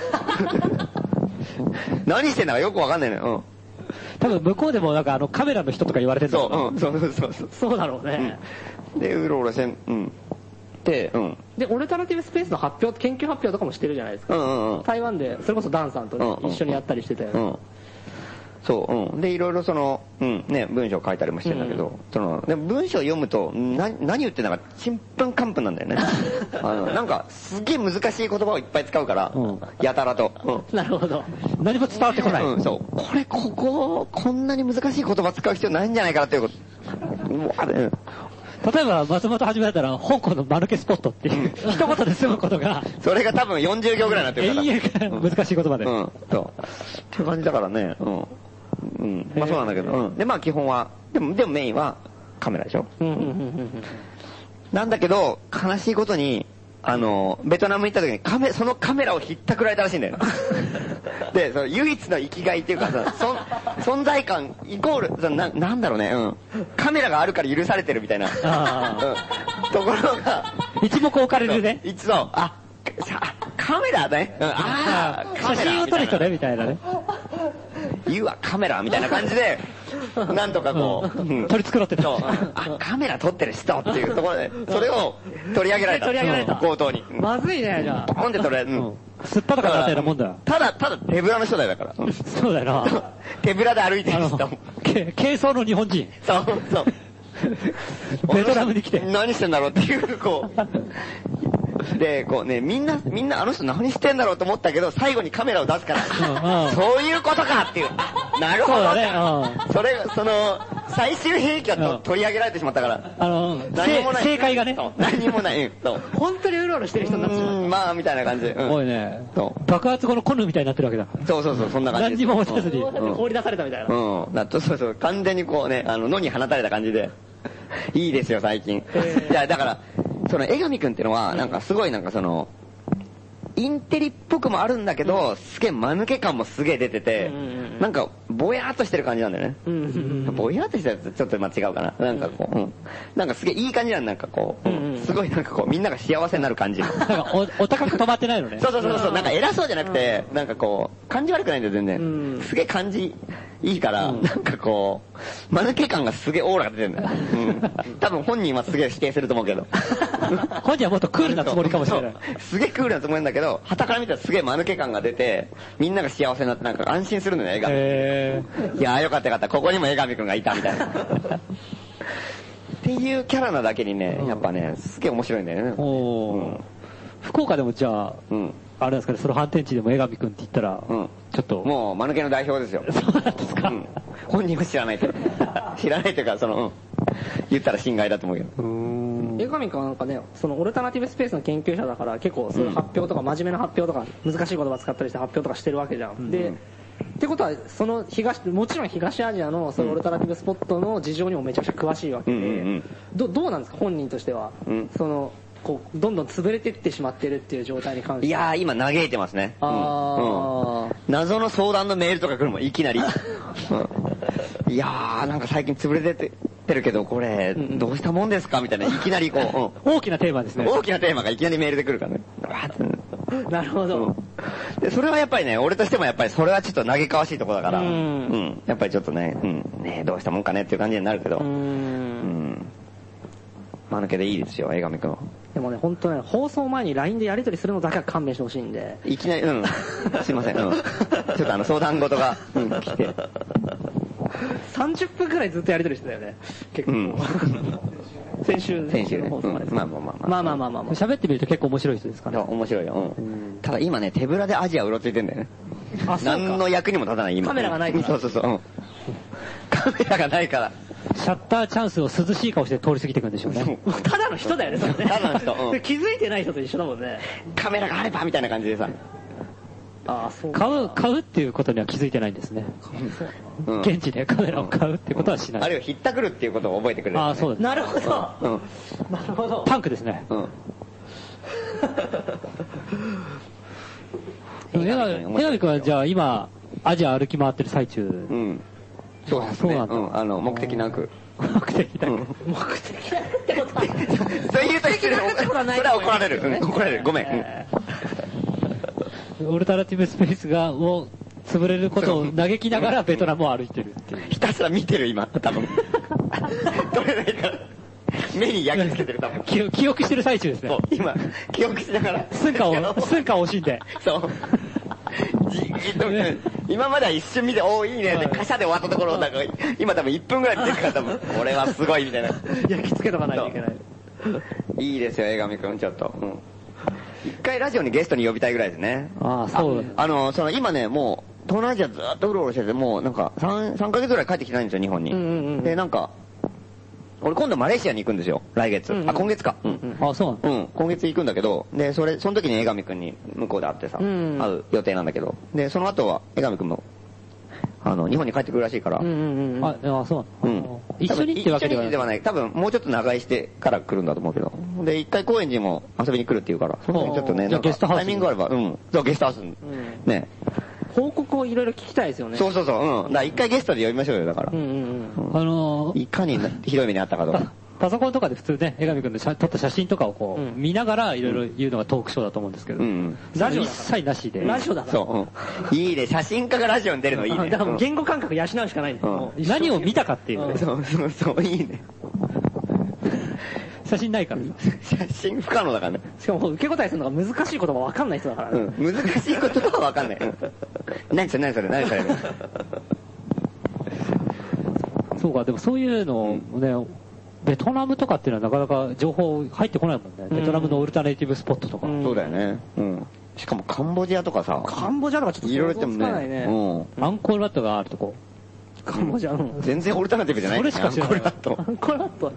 何してんだかよくわかんないのよ。 多分向こうでもなんかカメラの人とか言われてるんだろう。そうだろうね。 で、うろうろして、で、 オルタナティブスペースの発表、研究発表とかもしてるじゃないですか。台湾で、それこそダンさんと一緒にやったりしてたよね。 そう、で、いろいろ文章書いたりもしてるんだけど、で文章読むと、何言ってんだか、ちんぷんかんぷんなんだよね。なんか、すげえ難しい言葉をいっぱい使うから、やたらと。 なるほど。 何も伝わってこない。 そう。こんなに難しい言葉使う必要ないんじゃないかなっていうこと。 例えば松本はじめだったら、香港のマヌケスポットっていう、一言で済むことが、 それが多分40行ぐらいになってるから。 永遠難しい言葉で。 そう。っていう感じだからね。まあそうなんだけど。で、まあ基本は、でもメインはカメラでしょ。なんだけど、悲しいことに、ベトナム行った時にそのカメラをひったくられたらしいんだよ。で、その唯一の生きがいっていうかさ、存在感イコール、なんだろうね、カメラがあるから許されてるみたいな。ところが、 一目置かれるね。 カメラね。 写真を撮る人ね、みたいなね。 言うわ、カメラみたいな感じで、なんとかこう、 取り繕ってた。 カメラ撮ってる人っていうところで、それを取り上げられた。強盗に。 まずいね、じゃあ。 ポンって取られる。 すっぱだかなったようなもんだよ。 ただ手ぶらの人だよ、だから。 そうだよな。 手ぶらで歩いてる人。 軽装の日本人。 そう。 ベトナムに来て。 何してんだろうっていう、こう。で、こうね、みんなあの人何してんだろうと思ったけど、最後にカメラを出すから、そういうことかっていう。なるほどね。その、最終兵器が取り上げられてしまったから。 正解がね。 何もない。 本当にうろうろしてる人になってしまった。 まあ、みたいな感じで。 すごいね。爆発後のコヌみたいになってるわけだ。 そう、そんな感じ。 何にも持たずに。 放り出されたみたいな。 そう、完全にこうね、野に放たれた感じで。いいですよ、最近。いや、だから、その江上くんっていうのは、なんかすごいなんかその、インテリっぽくもあるんだけど、すげえ間抜け感もすげえ出てて、なんかぼやーっとしてる感じなんだよね。ぼやーっとしてるやつちょっと違うかな。なんかこう、なんかすげえいい感じなんかこう、すごいなんかこうみんなが幸せになる感じ。なんかお高く止まってないのね。 そう、なんか偉そうじゃなくて、なんかこう、感じ悪くないんだよ全然。すげえ感じいいから、なんかこう、間抜け感がすげえオーラが出てるんだよ。多分本人はすげえ否定すると思うけど。 本人はもっとクールなつもりかもしれない。 すげえクールなつもりなんだけど、旗から見たらすげえ間抜け感が出て、みんなが幸せになってなんか安心するんだよね、江上。いやーよかった、ここにも江上くんがいたみたいな。っていうキャラなだけにね、やっぱね、すげえ面白いんだよね。 福岡でもじゃあ、あれなんですかね、その反転地でも江上くんって言ったら、ちょっと。 もう、間抜けの代表ですよ。 そうなんですか。 本人は知らないけど。知らないというか、言ったら心外だと思うよ。 江上くんはなんかね、そのオルタナティブスペースの研究者だから結構そういう発表とか真面目な発表とか難しい言葉使ったりして発表とかしてるわけじゃん。で、ってことは、そのもちろん東アジアのそのオルタナティブスポットの事情にもめちゃくちゃ詳しいわけで、どうなんですか、本人としては。その、こう、どんどん潰れていってしまってるっていう状態に関して。 いやー、今嘆いてますね。謎の相談のメールとか来るもん、いきなり。いやー、なんか最近潰れてるけど、これ、どうしたもんですかみたいな、いきなりこう、大きなテーマですね。 大きなテーマがいきなりメールで来るからね。 なるほど。 で、それはやっぱりね、俺としてもやっぱりそれはちょっと嘆かわしいところだから、やっぱりちょっとね、ねどうしたもんかねっていう感じになるけど、間抜けでいいですよ、江上くん。 でもね、本当ね、放送前に LINE でやり取りするのだけは勘弁してほしいんで。 いきなり、すいません、ちょっと相談事が、来て。 30分くらいずっとやり取りしてたよね、結構。先週の放送まで。 まあ。 喋ってみると結構面白い人ですかね。 面白いよ。ただ今ね、手ぶらでアジアうろついてんだよね。何の役にも立たない今。 カメラがないから。 そう。カメラがないから。 シャッターチャンスを涼しい顔して通り過ぎていくんでしょうね。 ただの人だよね、それね。 ただの人。 気づいてない人と一緒だもんね。 カメラがあればみたいな感じでさ。 そう買うっていうことには気づいてないんですね。現地でカメラを買うってことはしない。 あるいはひったくるっていうことを覚えてくれる。 そうです。なるほど。なるほど。 パンクですね。江上君はじゃあ今、アジア歩き回ってる最中。 そうですね。目的なく。 目的なくってことは。 そういうと失礼。それは怒られる。怒られる。ごめん。 オルタナティブスペースを潰れることを嘆きながらベトナムを歩いてるっていう。 ひたすら見てる今、多分。取れないから。目に焼き付けてる多分。 記憶してる最中ですね。 そう、今、記憶しながら。 寸暇を惜しんで。 そう。じっと見て、今までは一瞬見て、おーいいねって、カシャで終わったところ、なんか、今多分1分ぐらい見てるから多分、これはすごいみたいな。 焼き付けとかないといけない。 いいですよ、江上くん、ちょっと。一回ラジオにゲストに呼びたいぐらいですね。 そう。 今ね、もう、東南アジアずっとうろうろしてて、もうなんか3ヶ月ぐらい帰ってきてないんですよ、日本に。で、なんか、 俺今度マレーシアに行くんですよ、来月。あ、今月か。 あ、そうなの？ 今月行くんだけど、で、その時に江上くんに向こうで会ってさ、会う予定なんだけど、で、その後は江上くんも、日本に帰ってくるらしいから。 あ、そうなの？一緒にってわけではない。 多分もうちょっと長居してから来るんだと思うけど。で、一回高円寺も遊びに来るって言うから、その時ちょっとね、 ゲストハウス。 タイミングがあれば、そう、ゲストハウス。ね。 報告をいろいろ聞きたいですよね。 そう。だから一回ゲストで呼びましょうよ、だから。いかにひどい目にあったかとか。 パソコンとかで普通ね、江上くんの撮った写真とかをこう、見ながらいろいろ言うのがトークショーだと思うんですけど、ラジオ一切なしで。 ラジオだから。 そう。いいね、写真家がラジオに出るのいいね。 だからもう言語感覚養うしかないんですよ。 何を見たかっていう。 そう、いいね。 写真ないから。 写真不可能だからね。 しかも受け答えするのが難しい言葉わかんない人だからね。 難しい言葉はわかんない。何それ。 そうか、でもそういうのをね、ベトナムとかっていうのはなかなか情報入ってこないもんね。ベトナムのオルタネイティブスポットとか。 そうだよね。しかもカンボジアとかさ。 カンボジアとかちょっと想像つかないね。 アンコールワットがあるとこ。 カンボジアの。 全然オルタナティブじゃない。 それしか知らない。 アンコールワット。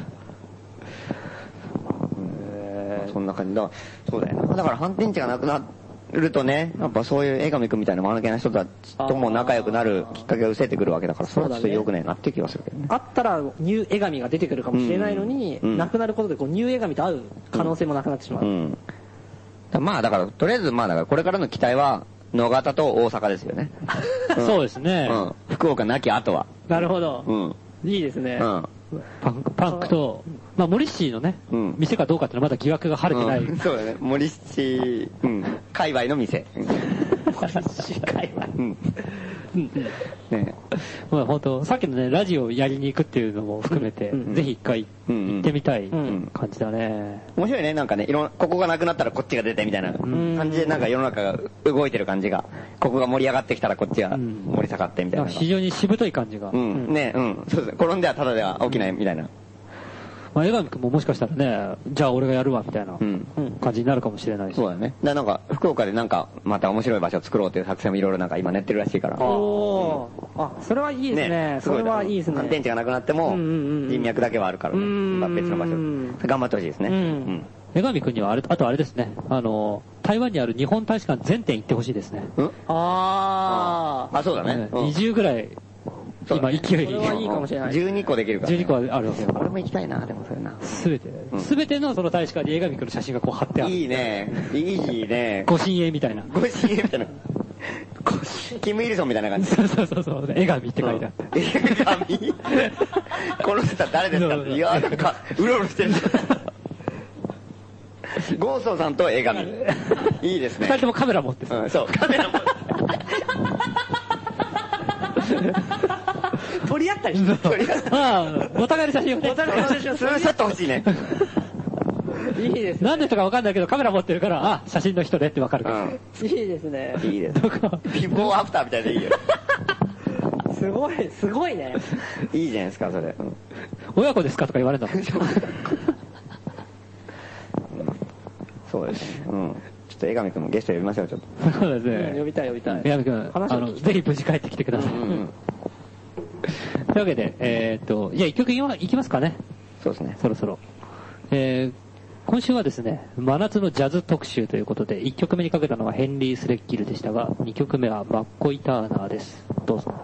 そんな感じだ。そうだよな。だから反転地がなくなるとね、やっぱそういう江上くんみたいな間抜けな人たちとも仲良くなるきっかけが失せてくるわけだから、それはちょっと良くないなって気がするけどね。 あったらニュー江上が出てくるかもしれないのに、なくなることでこうニュー江上と会う可能性もなくなってしまう。 まあだからとりあえずまあだからこれからの期待は野方と大阪ですよね。 そうですね。 福岡なき後は。 なるほど。いいですね。 パンクと、まあ、森氏のね、店かどうかってのはまだ疑惑が晴れてない。 そうだね。森氏、界隈の店。 森氏界隈。 ね、まあ本当さっきのね、ラジオやりに行くっていうのも含めて、ぜひ一回行ってみたい感じだね。 面白いね、なんかね、ここがなくなったらこっちが出てみたいな感じで、なんか世の中が動いてる感じが、ここが盛り上がってきたらこっちが盛り下がってみたいな。 非常にしぶとい感じが。 ね、そうですね。転んではただでは起きないみたいな。 まあ、江上くんももしかしたらね、じゃあ俺がやるわみたいな感じになるかもしれないし。 そうだね。なんか、福岡でなんか、また面白い場所を作ろうっていう作戦もいろいろなんか今練ってるらしいから。 それはいいですね。それはいいですね。 反転地がなくなっても、人脈だけはあるからね。別の場所。頑張ってほしいですね。 江上くんにはあとあれですね、台湾にある日本大使館全店行ってほしいですね。 そうだね。 20ぐらい。今勢いそれはいいかもしれない。 12個できるから。 12個あるわけだから。 俺も行きたいな、でもそれな。 すべてのその大使館に江上くんの写真がこう貼ってある。 いいね。いいね。 ご親衛みたいな。 ご親衛みたいな。キム・イルソンみたいな感じ。 そう。江上って書いてあった。 江上この人は誰ですかいや、なんか、うろうろしてる。ゴーソーさんと江上。いいですね。 二人ともカメラ持ってそう、カメラ持って。 取り合ったりしてお互いの写真をね。 お互いの写真をツーショット欲しいね。 いいですね。なんでとかわかんないけどカメラ持ってるから、写真の人ねってわかるから。 いいですね。 いいです。ビフォーアフターみたいでいいよ。 すごいね。 いいじゃないですか、それ。 親子ですかとか言われたの。 そうですね。ちょっと江上くんもゲスト呼びましょう、ちょっと。そうですね。 呼びたい。江上くん、ぜひ無事帰ってきてください。というわけで、じゃあ一曲いきますかね。 そうですね。 そろそろ。今週はですね、真夏のジャズ特集ということで、1曲目にかけたのはヘンリー・スレッギルでしたが、2曲目はマッコイ・ターナーです。どうぞ。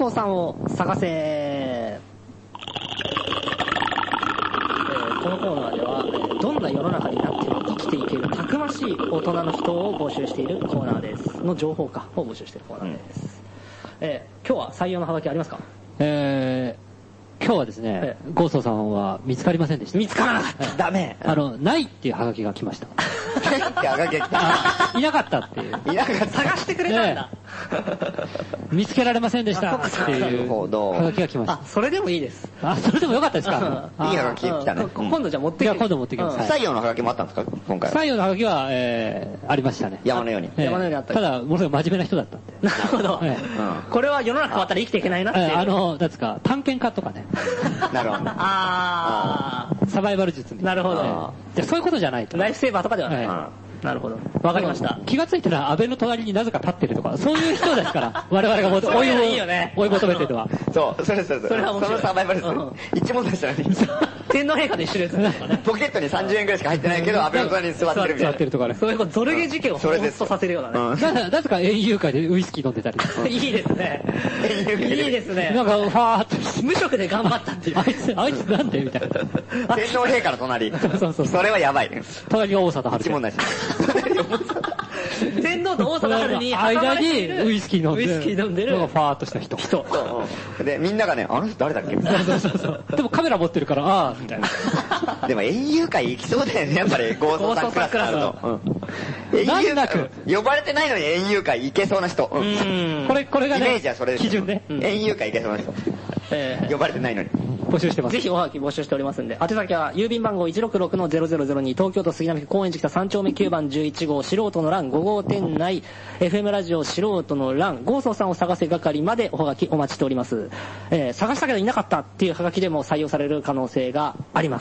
ソーさんを探せ。このコーナーでは、どんな世の中になっても生きていけるたくましい大人の人を募集しているコーナーです。の情報かを募集しているコーナーです。今日は採用のハガキありますか？ 今日はですね、ゴーソーさんは見つかりませんでした。 見つからなかった。ダメ。 ないっていうハガキが来ました。 ないってハガキが来た。 いなかったっていう。 いなかった。 探してくれたんだ。 見つけられませんでしたっていうハガキが来ました。 それでもいいです。 それでもよかったですか？ いいハガキ来たね。 今度じゃ持ってきて。 今度持ってきます。 不採用のハガキもあったんですか今回？ 不採用のハガキは、ありましたね。 山のように。 山のようにあった。 ただ、ものすごい真面目な人だったんで。 なるほど。これは世の中変わったら生きていけないなって。 なんですか、探検家とかね。 なるほど。 サバイバル術みたいな。 なるほど。 じゃそういうことじゃないと。 ライフセーバーとかではない。なるほど。わかりました。 気がついたら安倍の隣になぜか立ってるとか、そういう人ですから、我々が追い求めてるのは。 そう、それは面白い。そのサバイバルです。一問出したらね。 天皇陛下と一緒です。 ポケットに30円くらいしか入ってないけど、安倍の隣に座ってるみたいな。 座ってるとかね。 そういうゾルゲ事件をほんとさせるようなね。 なぜか園遊会でウイスキー飲んでたり。 いいですね。いいですね。 なんか、ファーっと。 無職で頑張ったっていう。 あいつなんでみたいな。 天皇陛下の隣。 そう。 それはやばい。 隣が大貞治。 一問出した。 天皇と王貞治に間にウイスキー飲んでるファーっとした人。 で、みんながね、あの人誰だっけ？ そうでもカメラ持ってるから、みたいな。 でも園遊会行きそうだよね、やっぱりゴーソーさんクラスになると。 なんなく呼ばれてないのに園遊会行けそうな人。これがね、 イメージはそれです。 基準ね。 園遊会行けそうな人。呼ばれてないのに。 募集してます。 ぜひおはがき募集しておりますんで、宛先は郵便番号 166-0002 東京都杉並区高円寺北3丁目9番11号素人の欄5号店内 FM ラジオ素人の欄ゴーソーさんを探せ係までおはがきお待ちしております。探したけどいなかったっていうはがきでも採用される可能性があります。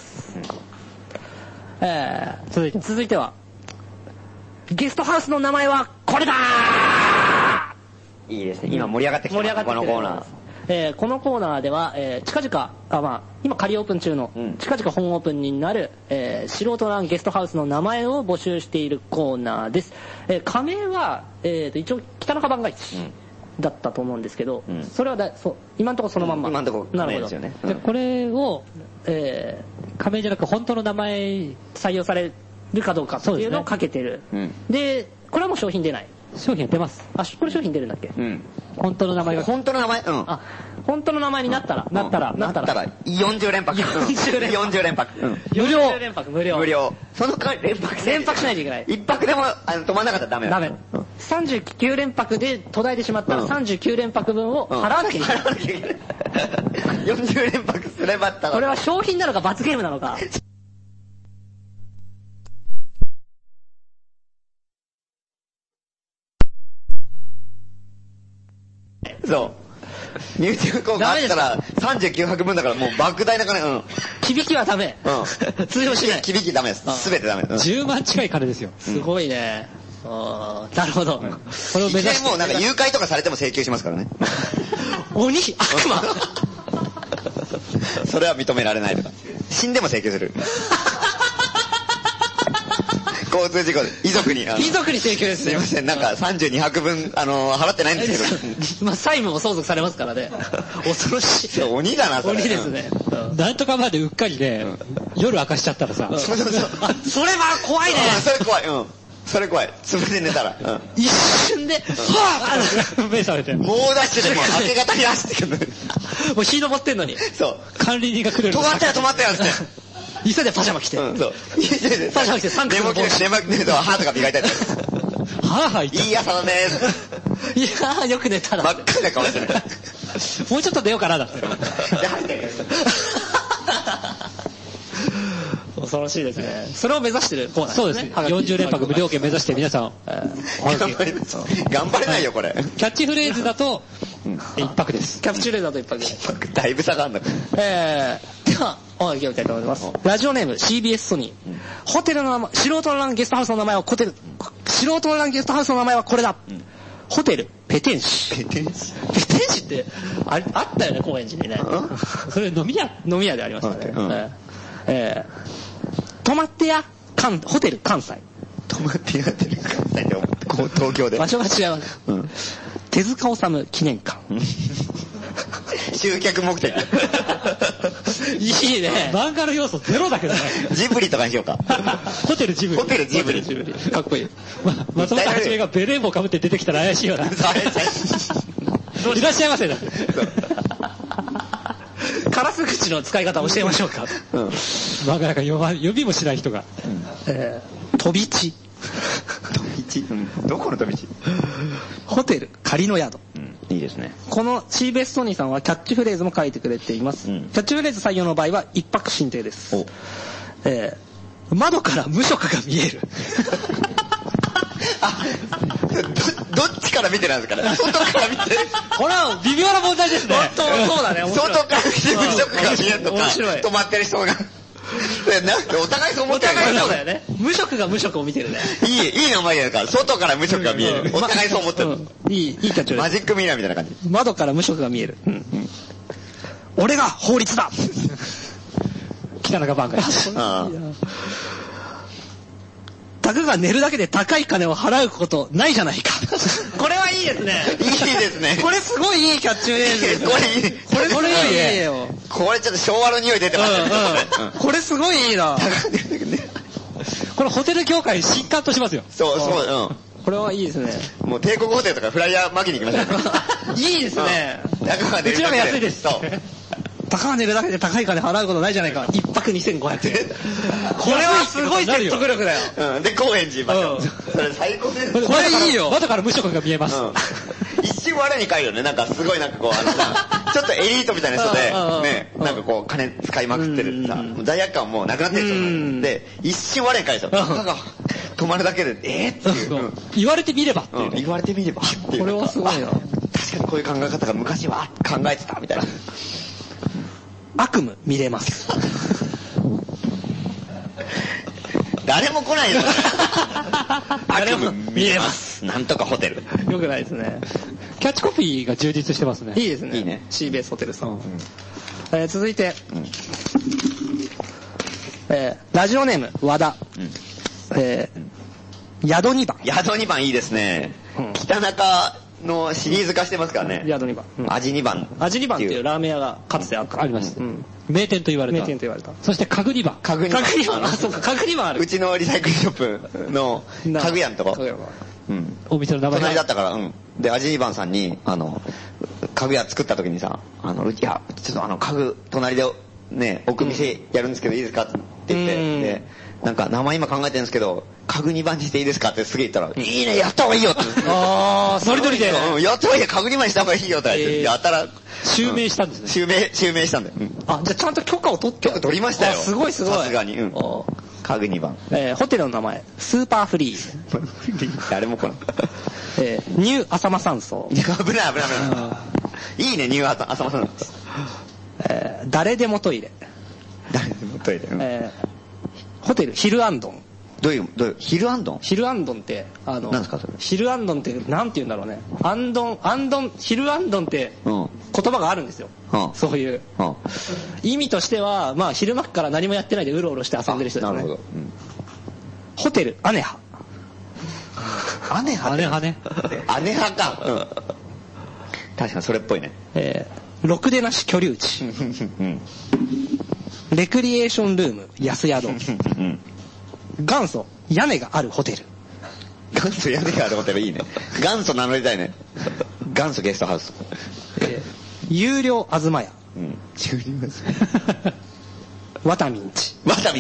続いてはゲストハウスの名前はこれだー。 いいですね。今盛り上がってきてます、このコーナー。 このコーナーでは、近々今仮オープン中の、近々本オープンになる、素人欄ゲストハウスの名前を募集しているコーナーです。加盟は、一応北中番外地だったと思うんですけど、それは今のところそのまんま。 今のところ加盟ですよね。 でこれを、加盟じゃなく本当の名前採用されるかどうかっていうのをかけてる。で、これはもう商品出ない。 商品出ます。 これ商品出るんだっけ？ 本当の名前が。 本当の名前？ 本当の名前になったら 40連泊。40連泊。 無料。 その代わり連泊しないといけない。 一泊でも泊まんなかったらダメだ。 ダメ。39連泊で途絶えてしまったら39連泊分を払わなきゃいけない。 40連泊すればったら。 これは商品なのか罰ゲームなのか。 そう。入場効果あったら39泊分だからもう莫大な金。 響きはダメ。通用しない。 響きダメです。すべてダメ。 10万近い金ですよ。 すごいね。なるほど。 これを目指して。 もうなんか誘拐とかされても請求しますからね。 鬼悪魔それは認められないとか。死んでも請求する。交通事故で遺族に請求です。 すいません、なんか32泊分払ってないんですけど。 債務も相続されますからね。恐ろしい。 鬼だなそれ。 鬼ですね。 なんとかまでうっかりで夜明かしちゃったらさ。 それは怖いね。 それ怖い。それ怖い。潰れ寝たら。 一瞬で目覚めて。 猛ダッシュでも明け方に走ってくる。 もう日昇ってんのに。 そう。 管理人が来る。 止まったよって。 急いでパジャマ着て。 そう。 パジャマ着てサンクスの帽子。 寝まくってると歯とか磨いたり。 歯痛い。 いい朝だねいやーよく寝たら。 真っ赤な顔してる。 もうちょっと出ようかなだって。 恐ろしいですね。それを目指してるコーナーですね。 そうです。40連泊無料券目指して皆さん。 頑張れないよこれ。 キャッチフレーズだと1泊です。 キャッチフレーズだと1泊。 だいぶ差があるんだ。 ではおはぎをいきたいと思います。ラジオネーム CBS ソニー。ホテルの名前、素人の欄ゲストハウスの名前は素人の欄ゲストハウスの名前はこれだ。ホテルペテンシ。ペテンシってあったよね高円寺にね。 それ飲み屋でありましたね。泊まってやホテル関西。 泊まってやホテル関西で東京で。 場所が違う。手塚治虫記念館。 集客目的。 いいね。 漫画の要素ゼロだけどね。 ジブリとかにしようか。 ホテルジブリ。 ホテルジブリ。 かっこいい。 松本はじめがベレー帽かぶって出てきたら怪しいよな。いらっしゃいませだ。 カラス口の使い方を教えましょうか。 漫画なんか呼びもしない人が。 飛び地。 どこの飛び地？ ホテル、仮の宿。 いいですね。 このシーベストニーさんはキャッチフレーズも書いてくれています。キャッチフレーズ採用の場合は一泊進呈です。窓から無色が見える。 どっちから見てなんですかね。外から見て。 これは微妙な問題ですね。 本当そうだね。 外から見て無色が見えるとか、 面白い。 止まってる人が。お互いそう思ってるからね。 そうだよね。無色が無色を見てるね。 いい名前やから、外から無色が見える。お互いそう思ってる。 いいキャッチフレーズ。 マジックミラーみたいな感じ。 窓から無色が見える。俺が法律だ。 北中バンカタクが寝るだけで高い金を払うことないじゃないか。これはいいですね。 いいですね。 これすごいいいキャッチフレーズです。 これいい。 これいいよ。 これちょっと昭和の匂い出てますね。 これすごいいいな。 これホテル業界新刊としますよ。 そう、 これはいいですね。 もう帝国ホテルとかフライヤー巻きに行きましょう。いいですね。 うちらが安いです。 高が寝るだけで高い金払うことないじゃないか。一泊2500円。これはすごい説得力だよ。 で、高円寺場所。それ最高です。 これいいよ。 窓から無色が見えます。 一瞬我に返るよね。なんかすごいなんかこう、ちょっとエリートみたいな人で、ね、なんかこう金使いまくってるさ、罪悪感もうなくなってる人で、一瞬我に返る人。なんか止まるだけで、っていう。 言われてみればっていう。 言われてみればっていう。 これはすごいな。 確かにこういう考え方が昔は考えてたみたいな。 悪夢見れます。 誰も来ないよ。悪夢見れます。なんとかホテル。 よくないですね。 キャッチコピーが充実してますね。 いいですね。 いいね。 シーベースホテルさん。続いて、ラジオネーム和田。宿2番。 宿2番いいですね。北中のシリーズ化してますからね。 宿2番。 味2番。 味2番っていうラーメン屋がかつてあった。 ありました。名店と言われた。 名店と言われた。 そして家具2番。 家具2番。 あ、そうか、家具2番ある。 うちのリサイクルショップの家具屋のとこ。 お店の名前隣だったから、で、味2番さんに、家具屋作った時にさ、いや、ちょっと家具隣でね、置く店やるんですけどいいですかって言って、で、なんか名前今考えてるんですけど、家具2番にしていいですかってすげえ言ったら、いいね、やった方がいいよって。 ノリノリで。 やった方がいいよ、家具2番にした方がいいよって言って、やったら、 襲名したんですね。 襲名したんだよ。 あ、じゃあちゃんと許可を取って。 許可取りましたよ。 すごいすごい。 さすがに。家具2番。 ホテルの名前、スーパーフリー。 誰も来ない。 ニュー浅間山荘。 危ない。いいね、ニュー浅間山荘。 誰でもトイレ。 誰でもトイレ。 ホテル、ヒルアンドン。 どういう、ヒルアンドン？ ヒルアンドンって、 何ですかそれ？ ヒルアンドンって、なんて言うんだろうね。ヒルアンドンって言葉があるんですよ。そういう。意味としては、まあ昼間から何もやってないでうろうろして遊んでる人ですね。なるほど。ホテル、アネハ。 アネハね。アネハか。確かにそれっぽいね。 ろくでなし居留地。レクリエーションルーム、安宿。元祖、屋根があるホテル。 元祖屋根があるホテルいいね。元祖名乗りたいね。元祖ゲストハウス。 有料東屋。 有料東屋。 ワタミンチ。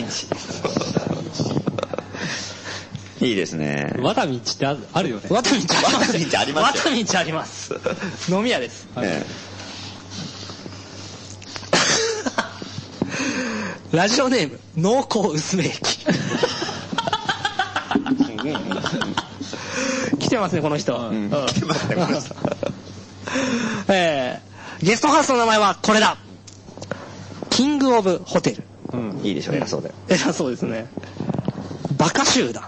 いいですね。 ワタミンチってあるよね。 ワタミンチあります。 ワタミンチあります。 ワタミンチあります。飲み屋です。ラジオネーム、濃厚薄め液。来てますね、この人。 来てますね、この人。 ゲストハウスの名前はこれだ。キングオブホテル。 いいでしょ、偉そうで。 偉そうですね。バカ集団。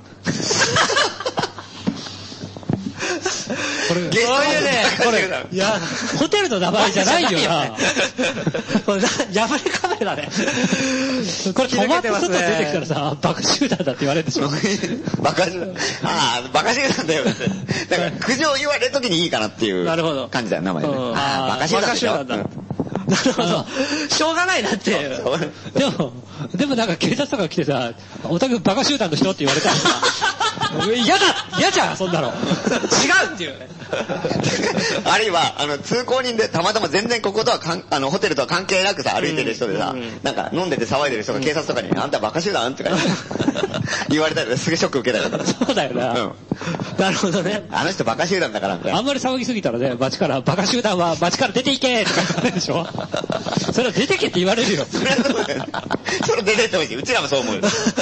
これ、 ゲストハウスね、 これ、いや、ホテルの名前じゃないよな。 これ、破れカメラね。 これ、止まって外出てきたらさ、バカ集団だって言われるでしょ。 バカ集団。バカ集団だよって。だから、苦情言われるときにいいかなっていう感じだよ、名前ね。 バカ集団だ。 なるほど。しょうがないなっていう。 でもなんか警察とか来てさ、オタクバカ集団の人って言われたらさ、嫌じゃん、そんなの。違うっていうね。 あるいは、通行人でたまたま全然こことはホテルとは関係なくさ、歩いてる人でさ、なんか飲んでて騒いでる人が警察とかに、あんたバカ集団とか言われたりすげえショック受けたりとか。 そうだよな。 なるほどね。 あの人バカ集団だからみたいな。 あんまり騒ぎすぎたらね、街から、バカ集団は街から出ていけとか言われるでしょ。それは出てけって言われるよ。 それ出てってほしい。うちらもそう思う。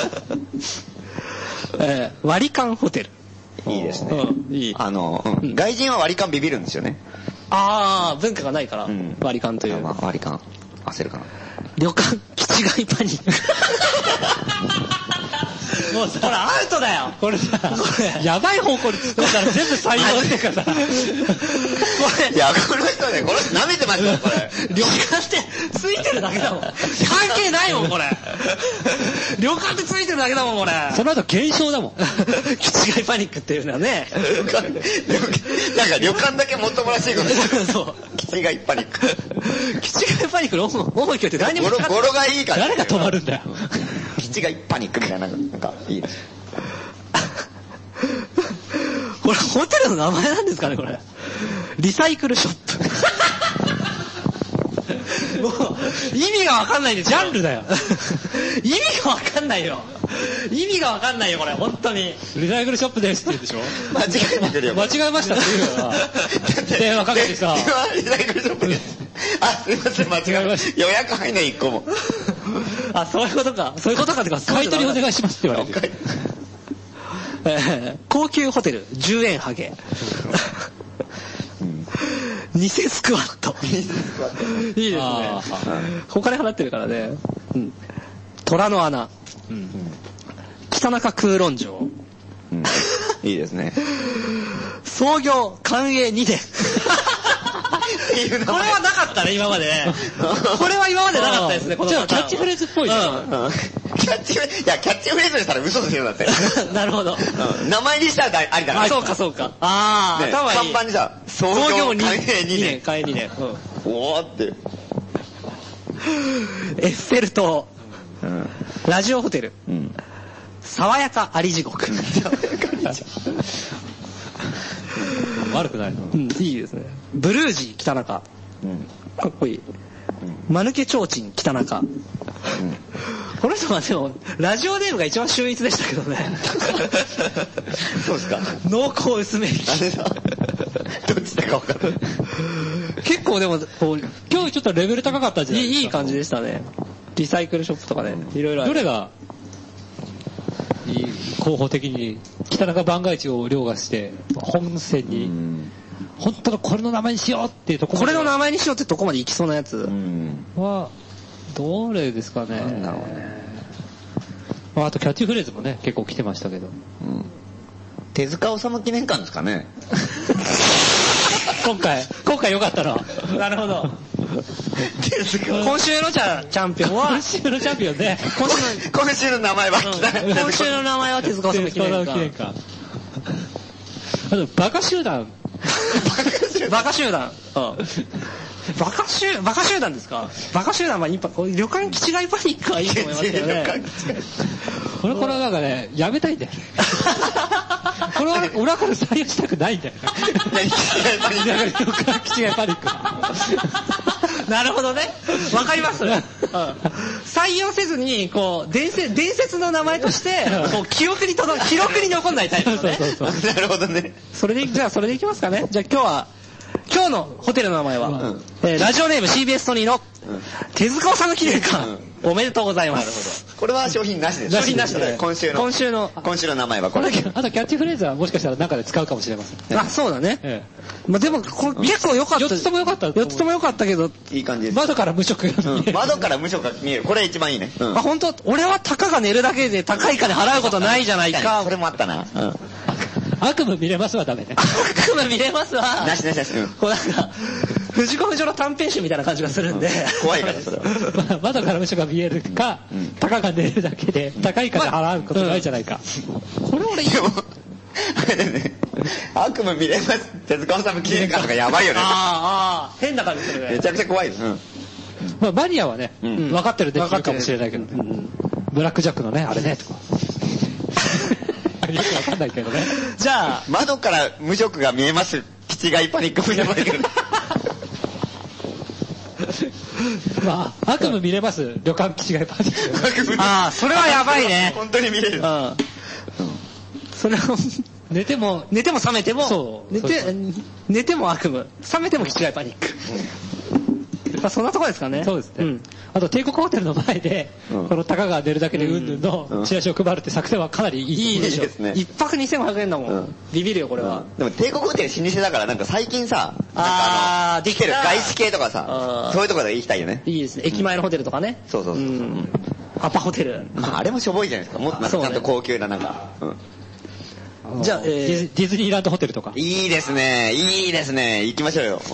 割り勘ホテル。 いいですね。いい。外人は割り勘ビビるんですよね。 ああ、文化がないから、割り勘という。 まあ、割り勘、焦るかな。 旅館、気違いパニック。もうさ、ほら、アウトだよ。 これさ、やばい方向に突っ込んだら全部採用っていうかさ。 いや、この人ね、この人舐めてますよ、これ。 旅館ってついてるだけだもん。関係ないもん、これ。旅館ってついてるだけだもん、これ。 その後現象だもん。 気違いパニックっていうのはね。 なんか旅館だけもっともらしいこと。そう。気違いパニック。 気違いパニックの重い距って何も語呂がいいから。 誰が止まるんだよ。 気違いパニックみたいな、なんか、いいです。 これ、ホテルの名前なんですかね、これ。リサイクルショップ。もう、意味がわかんないんで、ジャンルだよ。意味がわかんないよ。意味がわかんないよ、これ、本当に。 リサイクルショップですって言うでしょ。 間違えてくるよ。 間違えましたって言うよな。電話かけてさ。 リサイクルショップです。あ、すいません、間違えました。予約入んない1個も。 あ、そういうことか。そういうことかってか、 買い取りお願いしますって言われてる。 高級ホテル、10円ハゲ。偽スクワット。いいですね。お金払ってるからね。虎の穴。北中空論城。 いいですね。 創業寛永2年。これはなかったね、今までね。これは今までなかったですね、このキャッチフレーズっぽいね。 キャッチフレーズにしたら嘘ですよ、だって。 なるほど。 名前にしたらありだから。 そうか、そうか。ああ、頭いい。 看板にさ、創業寛永2年。 寛永2年。 おーって。 エッフェル塔。ラジオホテル。爽やかあり地獄。 悪くない。 いいですね。ブルージー北中。かっこいい。間抜け提灯北中。この人はでもラジオネームが一番秀逸でしたけどね。 そうですか。 濃厚薄め息。 どっちだか分かる。 結構でもこう今日ちょっとレベル高かったんじゃないですか。 いい感じでしたね。リサイクルショップとかね、いろいろある。 どれが候補的に北中万が一を凌駕して本線に本当のこれの名前にしようっていうところ、 これの名前にしようってとこまで行きそうなやつはどれですかね。 なんだろうね。 あとキャッチフレーズもね結構来てましたけど、 手塚治虫記念館ですかね。 今回良かったな。 なるほど。今週のじゃあチャンピオンは今週のチャンピオンね。 今週の名前は今週の名前は手塚治虫記念館。 あとバカ集団。 バカ集団。バカ集団ですか。バカ集団は旅館気違いパニックはいいと思いますけどね。 これなんかね、やめたいんだよ。これは俺はこれ採用したくないんだよ。 何旅館気違いパニック。 なるほどね。わかります。採用せずに、こう、伝説の名前として、こう、記録に残んないタイプのね。 なるほどね。 じゃあそれでいきますかね。じゃあ今日のホテルの名前は、ラジオネーム CBS トニーの手塚治虫記念館、おめでとうございます。 これは商品なしです。 商品なしで。 今週の名前はこれ。 あとキャッチフレーズはもしかしたら中で使うかもしれません。 あ、そうだね。まあでも結構良かった。 4つとも良かった。 4つとも良かったけど、 いい感じです。 窓から無色が見える。 窓から無色が見える。これ一番いいね。 あ、本当。俺はたかが寝るだけで高い金払うことないじゃないか。 これもあったな。 悪夢見れますはダメね。 悪夢見れますはなし。 こうなんか藤子不二雄の短編集みたいな感じがするんで、 怖いからそれは。 窓から無色が見えるか、たかが寝るだけで高い金払うことないじゃないか。 これ俺いいよ。 悪夢見れます。手塚治虫記念館とかやばいよね。 変な感じするね。 めちゃくちゃ怖いです。 まあバニアはね、分かってるできるかもしれないけどね。ブラックジャックのね、あれね、とか。よくわかんないけどね。 じゃあ、 窓から無職が見えます。気違いパニック見ればいいけど。 まあ、悪夢見れます。旅館気違いパニック。 ああ、それはやばいね。 本当に見れる。 それは、寝ても覚めても、 そう寝ても悪夢、覚めても気違いパニック。まあそんなとこですかね。 そうですね。あと帝国ホテルの前で、この高が寝るだけでうんぬんのチラシを配るって作戦はかなりいいでしょ。 ですね。 一泊2500円だもん。ビビるよ、これは。 でも帝国ホテル老舗だから、なんか最近さ、 できてる外資系とかさ、そういうところで行きたいよね。 いいですね。駅前のホテルとかね。 そうそうそう。 アパホテル。 まああれもしょぼいじゃないですか。もっとちゃんと高級ななんか。 じゃあ、 ディズニーランドホテルとか。 いいですね。いいですね。行きましょうよ。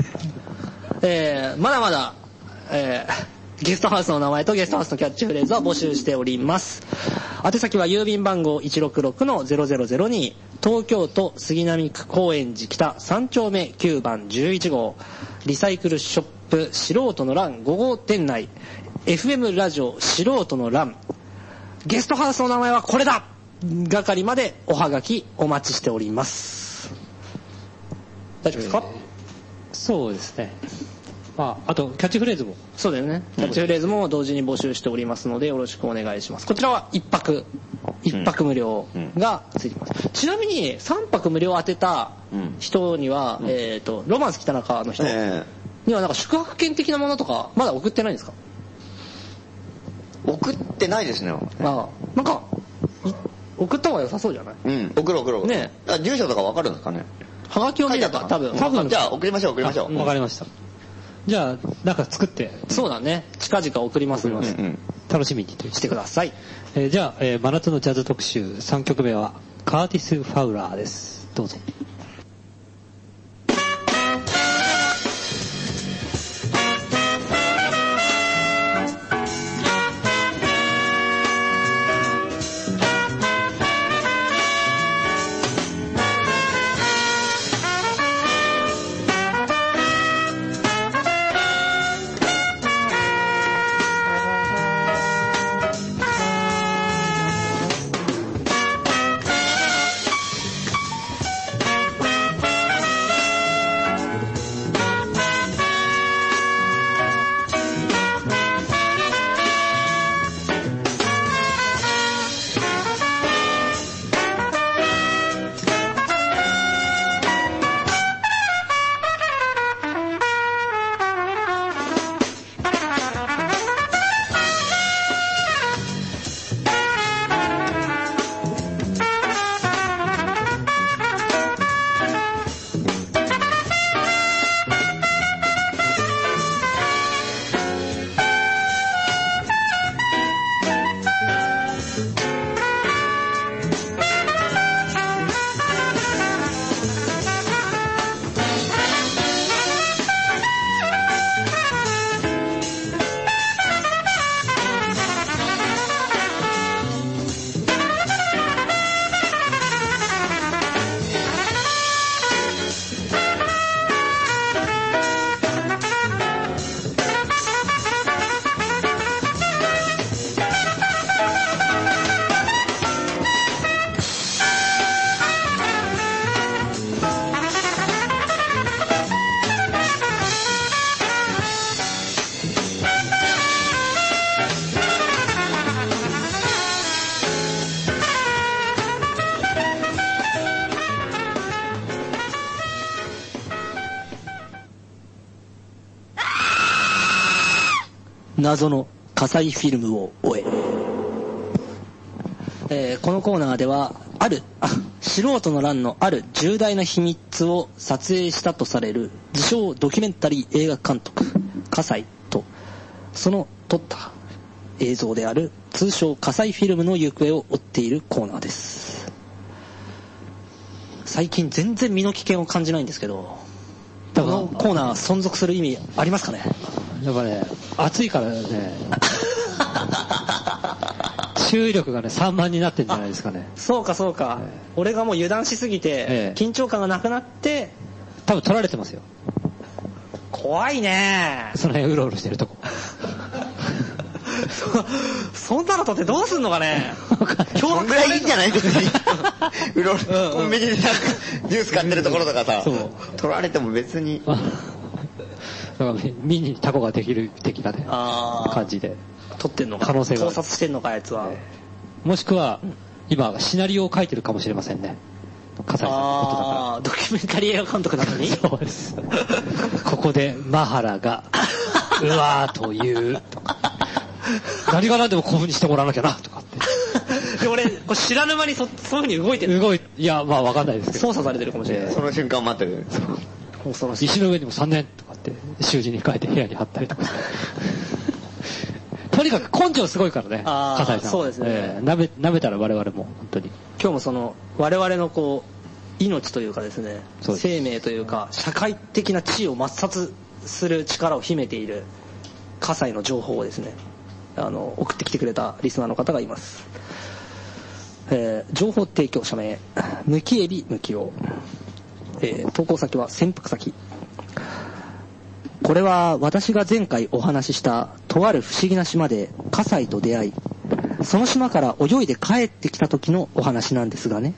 まだまだ、ゲストハウスの名前とゲストハウスのキャッチフレーズは募集しております。宛先は郵便番号 166-0002 東京都杉並区高円寺北3丁目9番11号リサイクルショップ素人の欄5号店内 FM ラジオ素人の欄ゲストハウスの名前はこれだ係までおはがきお待ちしております。大丈夫ですか？ そうですね。まあ、あと、キャッチフレーズも。 そうだよね。キャッチフレーズも同時に募集しておりますので、よろしくお願いします。こちらは一泊無料がついてきます。ちなみに、3泊無料当てた人には、ロマンス北中の人には、なんか宿泊券的なものとか、まだ送ってないんですか？ 送ってないですね。 なんか、送った方が良さそうじゃない？ 送ろう。 ね住所とかわかるんですかね？ はがきを見れば多分。 じゃあ送りましょう。 わかりました。じゃあ、なんか作って。 そうだね。近々送りますので、 楽しみにしてください。 じゃあ、真夏のジャズ特集3曲目は、カーティス・ファウラーです。どうぞ。 謎の火災フィルムを終えこのコーナーでは素人の欄のある重大な秘密を撮影したとされる自称ドキュメンタリー映画監督葛西とその撮った映像である通称火災フィルムの行方を追っているコーナーです。最近全然身の危険を感じないんですけど、このコーナー存続する意味ありますかね？ やっぱね、暑いからね、注意力がね、散漫になってんじゃないですかね。 そうか、俺がもう油断しすぎて、緊張感がなくなって、 多分取られてますよ。 怖いね。 その辺うろうろしてるとこ。 そんなのとってどうすんのかね。 そんぐらいいいんじゃない別に。うろうろ、コンビニでなんかジュース買ってるところとかさ、取られても別に。 だから見にタコができる的なね、感じで。 撮ってんのか。 可能性が。 盗撮してんのか、あいつは。 もしくは、今、シナリオを書いてるかもしれませんね。笠井さんのことだから。 ドキュメンタリー映画監督なのにそうです。ここで、マハラが、うわーという、とか。何が何でもこういう風にしてもらわなきゃな、とかって。 で、俺、知らぬ間にそういう風に動いてる。 いや、まあわかんないですけど。 操作されてるかもしれない。 その瞬間を待ってる。 石の上にも3年とかって、習字に書いて部屋に貼ったりとか。とにかく根性すごいからね、笠井さん。 そうですね。 舐めたら我々も、本当に。 今日もその、我々のこう、命というかですね、生命というか、社会的な地位を抹殺する力を秘めている、笠井の情報をですね、送ってきてくれたリスナーの方がいます。情報提供者名、むきえびむきお。投稿先は潜伏先。これは私が前回お話ししたとある不思議な島で笠井と出会い、その島から泳いで帰ってきた時のお話なんですがね。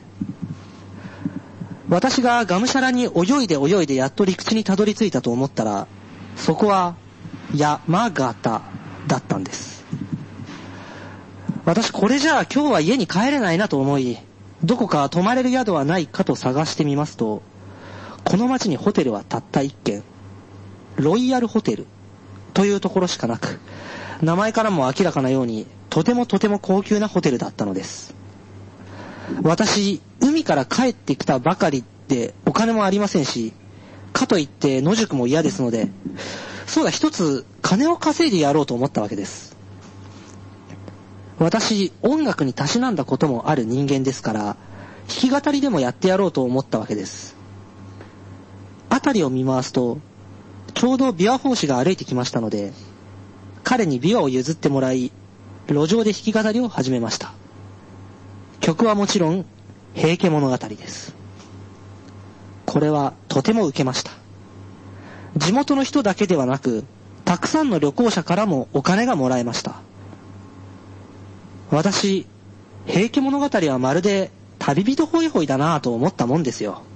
私ががむしゃらに泳いでやっと陸地にたどり着いたと思ったら、そこは山形だったんです。私これじゃあ今日は家に帰れないなと思い、どこか泊まれる宿はないかと探してみますと、この町にホテルはたった一軒、ロイヤルホテルというところしかなく、名前からも明らかなようにとても高級なホテルだったのです。私、海から帰ってきたばかりでお金もありませんし、かといって野宿も嫌ですので、そうだ一つ金を稼いでやろうと思ったわけです。私、音楽にたしなんだこともある人間ですから、弾き語りでもやってやろうと思ったわけです。辺りを見回すと、ちょうど琵琶法師が歩いてきましたので、彼に琵琶を譲ってもらい、路上で弾き語りを始めました。曲はもちろん、平家物語です。これはとても受けました。地元の人だけではなく、たくさんの旅行者からもお金がもらえました。私、平家物語はまるで旅人ホイホイだなぁと思ったもんですよ。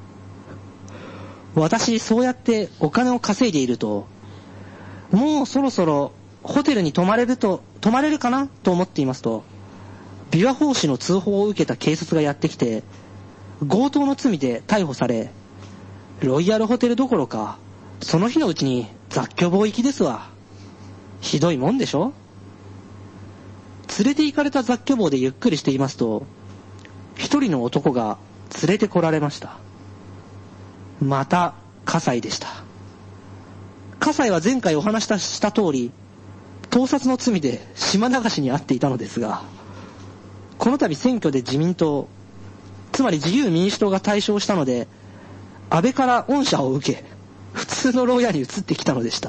私、そうやってお金を稼いでいると、もうそろそろホテルに泊まれるかなと思っていますと、琵琶法師の通報を受けた警察がやってきて、強盗の罪で逮捕され、ロイヤルホテルどころか、その日のうちに雑居房行きですわ。ひどいもんでしょ？連れて行かれた雑居房でゆっくりしていますと、一人の男が連れてこられました。また、笠井でした。笠井は前回お話した通り、盗撮の罪で島流しに遭っていたのですが、この度選挙で自民党、つまり自由民主党が大勝したので、安倍から恩赦を受け、普通の牢屋に移ってきたのでした。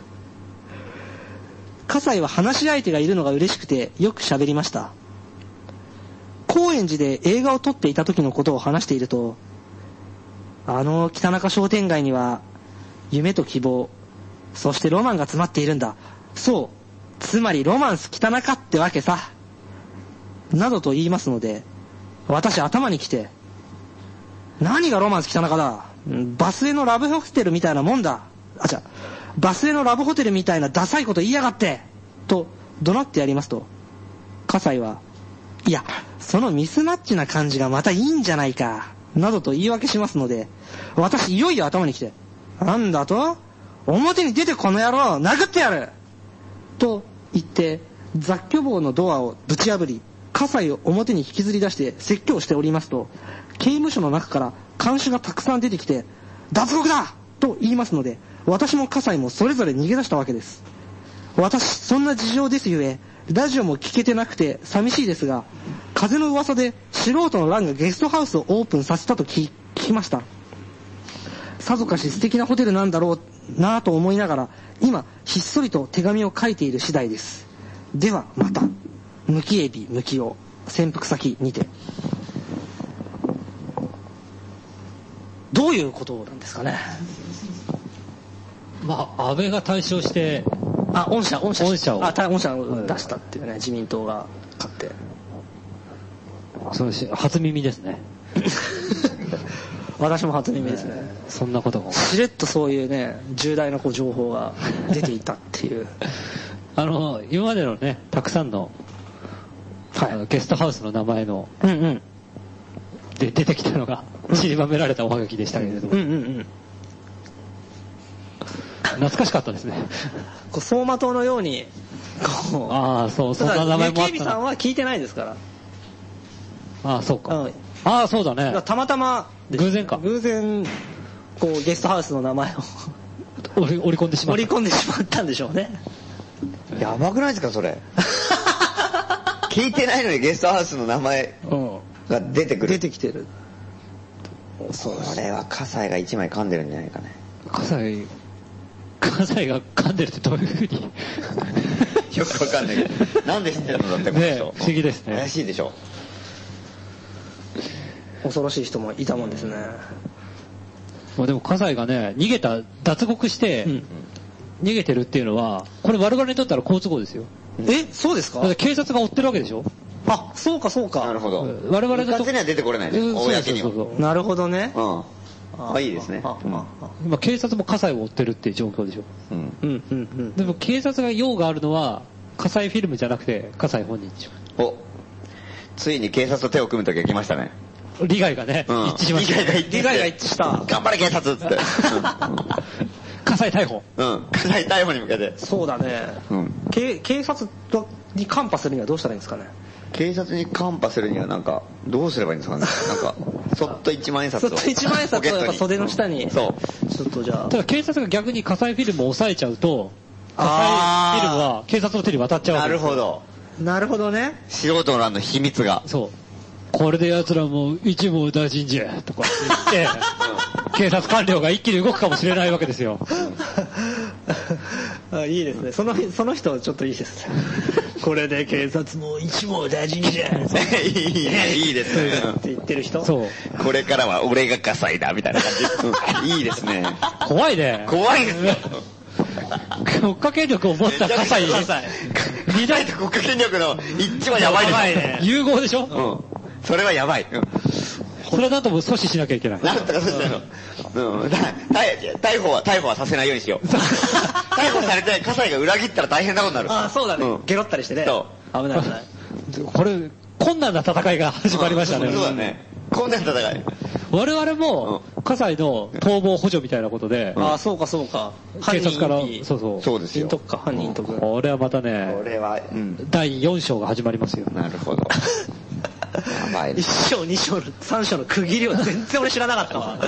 笠井は話し相手がいるのが嬉しくてよく喋りました。高円寺で映画を撮っていた時のことを話していると、北中商店街には夢と希望、そしてロマンが詰まっているんだ。そう、つまりロマンス北中ってわけさ。などと言いますので、私頭にきて、何がロマンス北中だ。バスへのラブホテルみたいなもんだ。バスへのラブホテルみたいなダサいこと言いやがってと怒鳴ってやりますと、笠井は、いや、そのミスマッチな感じがまたいいんじゃないかなどと言い訳しますので、私いよいよ頭にきて、なんだと？表に出てこの野郎殴ってやると言って雑居房のドアをぶち破り、笠井を表に引きずり出して説教しておりますと、刑務所の中から看守がたくさん出てきて、脱獄だと言いますので、私も笠井もそれぞれ逃げ出したわけです。私、そんな事情ですゆえ、ラジオも聞けてなくて寂しいですが、風の噂で素人の蘭がゲストハウスをオープンさせたと聞きました。さぞかし素敵なホテルなんだろうなぁと思いながら、今ひっそりと手紙を書いている次第です。ではまた。むきえびむきお、潜伏先にて。どういうことなんですかね。 まあ、安倍が大勝して、 御社を。御社を出したっていうね、自民党が勝って。 そうです。初耳ですね。 私も初耳ですね。 そんなことが。 しれっとそういうね、重大な情報が出ていたっていう。 今までのね、たくさんの、ゲストハウスの名前の、で出てきたのが、散りばめられたおはがきでしたけれども。懐かしかったですね。 走馬灯のように、 そんな名前もあった。 警備さんは聞いてないですから。 そうか。そうだね。 たまたま、 偶然か。 偶然、ゲストハウスの名前を織り込んでしまったんでしょうね。 やばくないですか、それ。聞いてないのにゲストハウスの名前が出てくる。 出てきてる。 これは葛西が一枚噛んでるんじゃないかね。 葛西が噛んでるってどういうふうによくわかんないけど。なんで知ってるのだってこの人。 不思議ですね。 怪しいでしょ。 恐ろしい人もいたもんですね。 でも葛西がね、脱獄して、逃げてるっていうのは、これ我々にとったら好都合ですよ。 そうですか？ だって警察が追ってるわけでしょ？ そうか。 なるほど。 我々の完全には出てこれないね。公には。 なるほどね。 いいですね。 今警察も葛西を追ってるっていう状況でしょ。でも警察が用があるのは、葛西フィルムじゃなくて、葛西本人でしょ。 ついに警察と手を組む時が来ましたね。 利害がね、一致しました。 利害が一致した。 頑張れ警察っつって。 葛西逮捕。 葛西逮捕に向けて。 そうだね。警察にカンパするにはどうしたらいいんですかね。 警察にカンパするにはどうすればいいんですかね。そっと1万円札を。 そっと1万円札を袖の下に。 そう。 ちょっとじゃあ。 ただ警察が逆に葛西フィルムを押さえちゃうと、葛西フィルムは警察の手に渡っちゃうわけです。 なるほどね。 素人の欄の秘密が。 そう。これで奴らも一網打尽じゃとか言って、警察官僚が一気に動くかもしれないわけですよ。 いいですね。その人ちょっといいですね。これで警察も一網打尽じゃいいですね。 って言ってる人。 そう。 これからは俺が葛西だみたいな感じ。いいですね。 怖いね。 怖いですね。 国家権力を持った葛西。 二大と国家権力の一番やばいですね。 融合でしょ？ それはやばい。 それはなんとも阻止しなきゃいけない。 なんとか阻止しないの。逮捕はさせないようにしよう。逮捕されて、葛西が裏切ったら大変なことになる。 そうだね。ゲロったりしてね。危ない。 これ、困難な戦いが始まりましたね。 そうだね。困難な戦い。 我々も、葛西の逃亡補助みたいなことで、 そうか。 警察から、 そうですよ。 犯人特。 これはまたね、第4章が始まりますよ。 なるほど。 1章、2章、3章の区切りを全然俺知らなかったわ。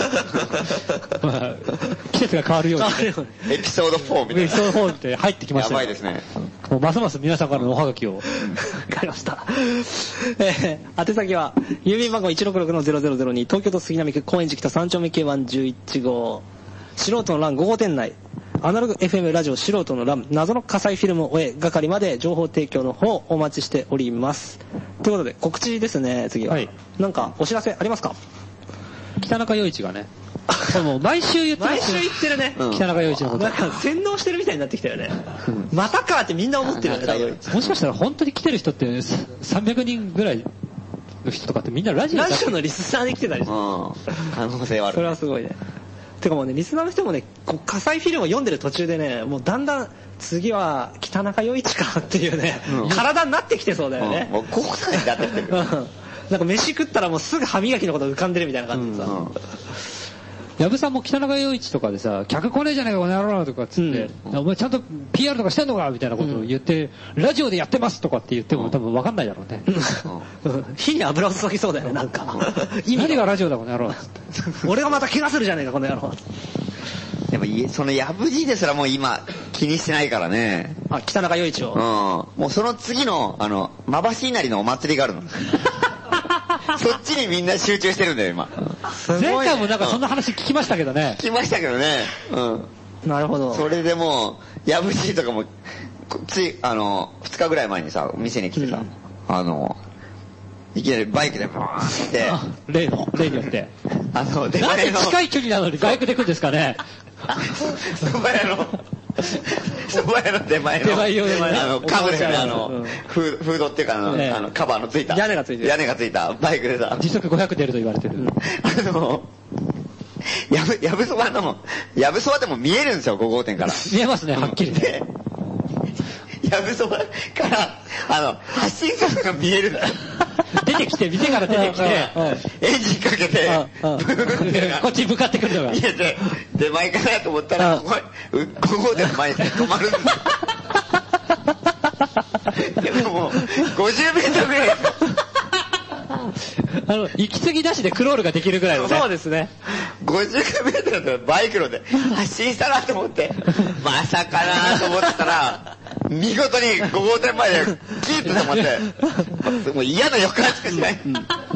季節が変わるように。 エピソード4みたいな。 エピソード4って入ってきました。 やばいですね。 もうますます皆さんからのおはがきを。 わかりました。宛先は、郵便番号 166-0002、東京都杉並区高円寺北3丁目 K111 号、素人の欄5号店内、アナログ FM ラジオ素人の欄、謎の火災フィルムを係まで情報提供の方お待ちしております。ということで、告知ですね、次は。なんか、お知らせありますか？ 北中陽一がね、もう毎週言ってます毎週言ってるね。 北中陽一のこと。 なんか洗脳してるみたいになってきたよね。またかってみんな思ってるよね。 もしかしたら本当に来てる人って300人ぐらいの人とかってみんなラジオのリスナーで来てたりして。 可能性はある。 それはすごいね。てかもうね、リスナーの人もね、火災フィルムを読んでる途中でね、もうだんだん次は北中陽一かっていうね、体になってきてそうだよね。 もう後悔になってきてる。 なんか飯食ったらもうすぐ歯磨きのこと浮かんでるみたいな感じでさ。 矢部さんも北中陽一とかでさ、客来ねえじゃねえかこの野郎とかっつって、お前ちゃんと PR とかしてんのかみたいなことを言って、ラジオでやってますとかって言っても多分分かんないだろうね。 火に油を注ぎそうだよね、なんか。 何がラジオだこの野郎っつって。 俺がまた怪我するじゃねえかこの野郎。 でもそのヤブジーですらもう今気にしてないからね。 北中陽一を。 もうその次のまばしいなりのお祭りがあるの。そっちにみんな集中してるんだよ今。 前回もなんかそんな話聞きましたけどね。 聞きましたけどね。 なるほど。 それでもうヤブジーとかもつい2日ぐらい前にさ店に来てさ、いきなりバイクでバーンって例によってなぜ近い距離なのにバイクで来るんですかね。 蕎麦屋の出前の、カブでフードっていうかカバーのついた。 屋根がついたバイクでさ。 時速500出ると言われてる。 やぶそばでも見えるんですよ、5号店から。 見えますね、はっきりね。 やぶそばから、発信するのが見えるんだよ。 店から出てきて、 エンジンかけて、 こっちに向かってくるのが。 見えて、出前かなと思ったら、5号店の前に止まるんだよ。でももう、50メートルぐらい。 行き過ぎなしでクロールができるぐらいのね。 そうですね。 50メートルのバイクロで発進したなと思って、まさかなと思ってたら、見事に5号店前でキーッと止まって、もう嫌な予感しかしない。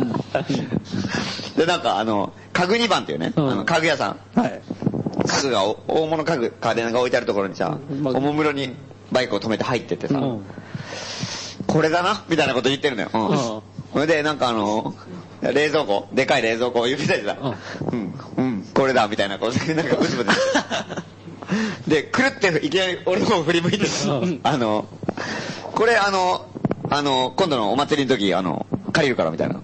で、なんか家具2番っていうね、家具屋さん。家具が、大物家電が置いてあるところにさ、おもむろにバイクを止めて入ってってさ、これだなみたいなこと言ってるのよ。それで、なんか冷蔵庫、でかい冷蔵庫を指さしてさ、これだみたいなことで、なんかブツブツ。で、くるっていきなり俺の方振り向いて、これ今度のお祭りの時、借りるからみたいな。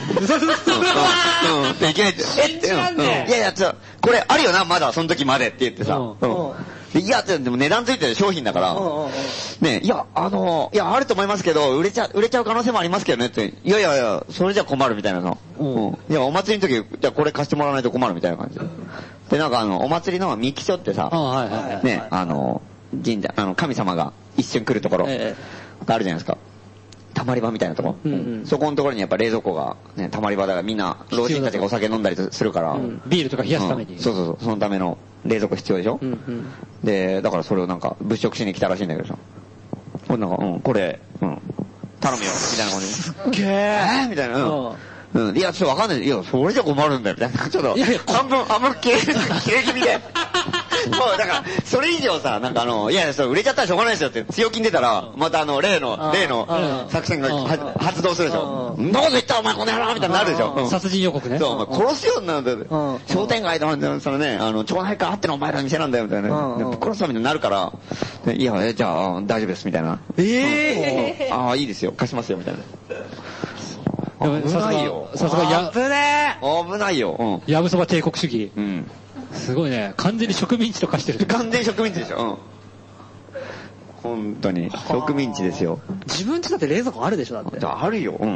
で、いきなり、いやいや、これあるよな、まだ、その時までって言ってさ、いや、でも値段ついてる商品だから、ね、いや、あると思いますけど、売れちゃう可能性もありますけどねって、いや、それじゃ困るみたいなの。いや、お祭りの時、じゃあこれ貸してもらわないと困るみたいな感じで。で、なんかお祭りの三木所ってさ、ね、神社、神様が一瞬来るところ、があるじゃないですか。たまり場みたいなところ。そこのところにやっぱ冷蔵庫が、ね、たまり場だからみんな、老人たちがお酒飲んだりするから。 ビールとか冷やすために。 そう、そのための冷蔵庫必要でしょ。で、だからそれをなんか物色しに来たらしいんだけどさ。なんか、これ、頼むよ、みたいな感じで。 すっげーみたいな。いや、ちょっとわかんない。いや、それじゃ困るんだよ、みたいな。ちょっと、半分切れ気味で。もう、だから、それ以上さ、なんかいや、それ売れちゃったらしょうがないですよって強気に出たら、また例の作戦が発動するでしょ。んなこと言ったらお前この野郎みたいになるでしょ。 殺人予告ね。 そう、お前殺すようになるんだよ。商店街の、そのね、町内会あってのお前らの店なんだよ、みたいな。殺すためになるから、いや、じゃあ、大丈夫です、みたいな。ああ、いいですよ、貸しますよ、みたいな。危ないよ。 さすが危ないよ。 やぶそば帝国主義。すごいね。完全に植民地と化してる。 完全に植民地でしょ。本当に。植民地ですよ。 自分家だって冷蔵庫あるでしょ、だって。 あるよ。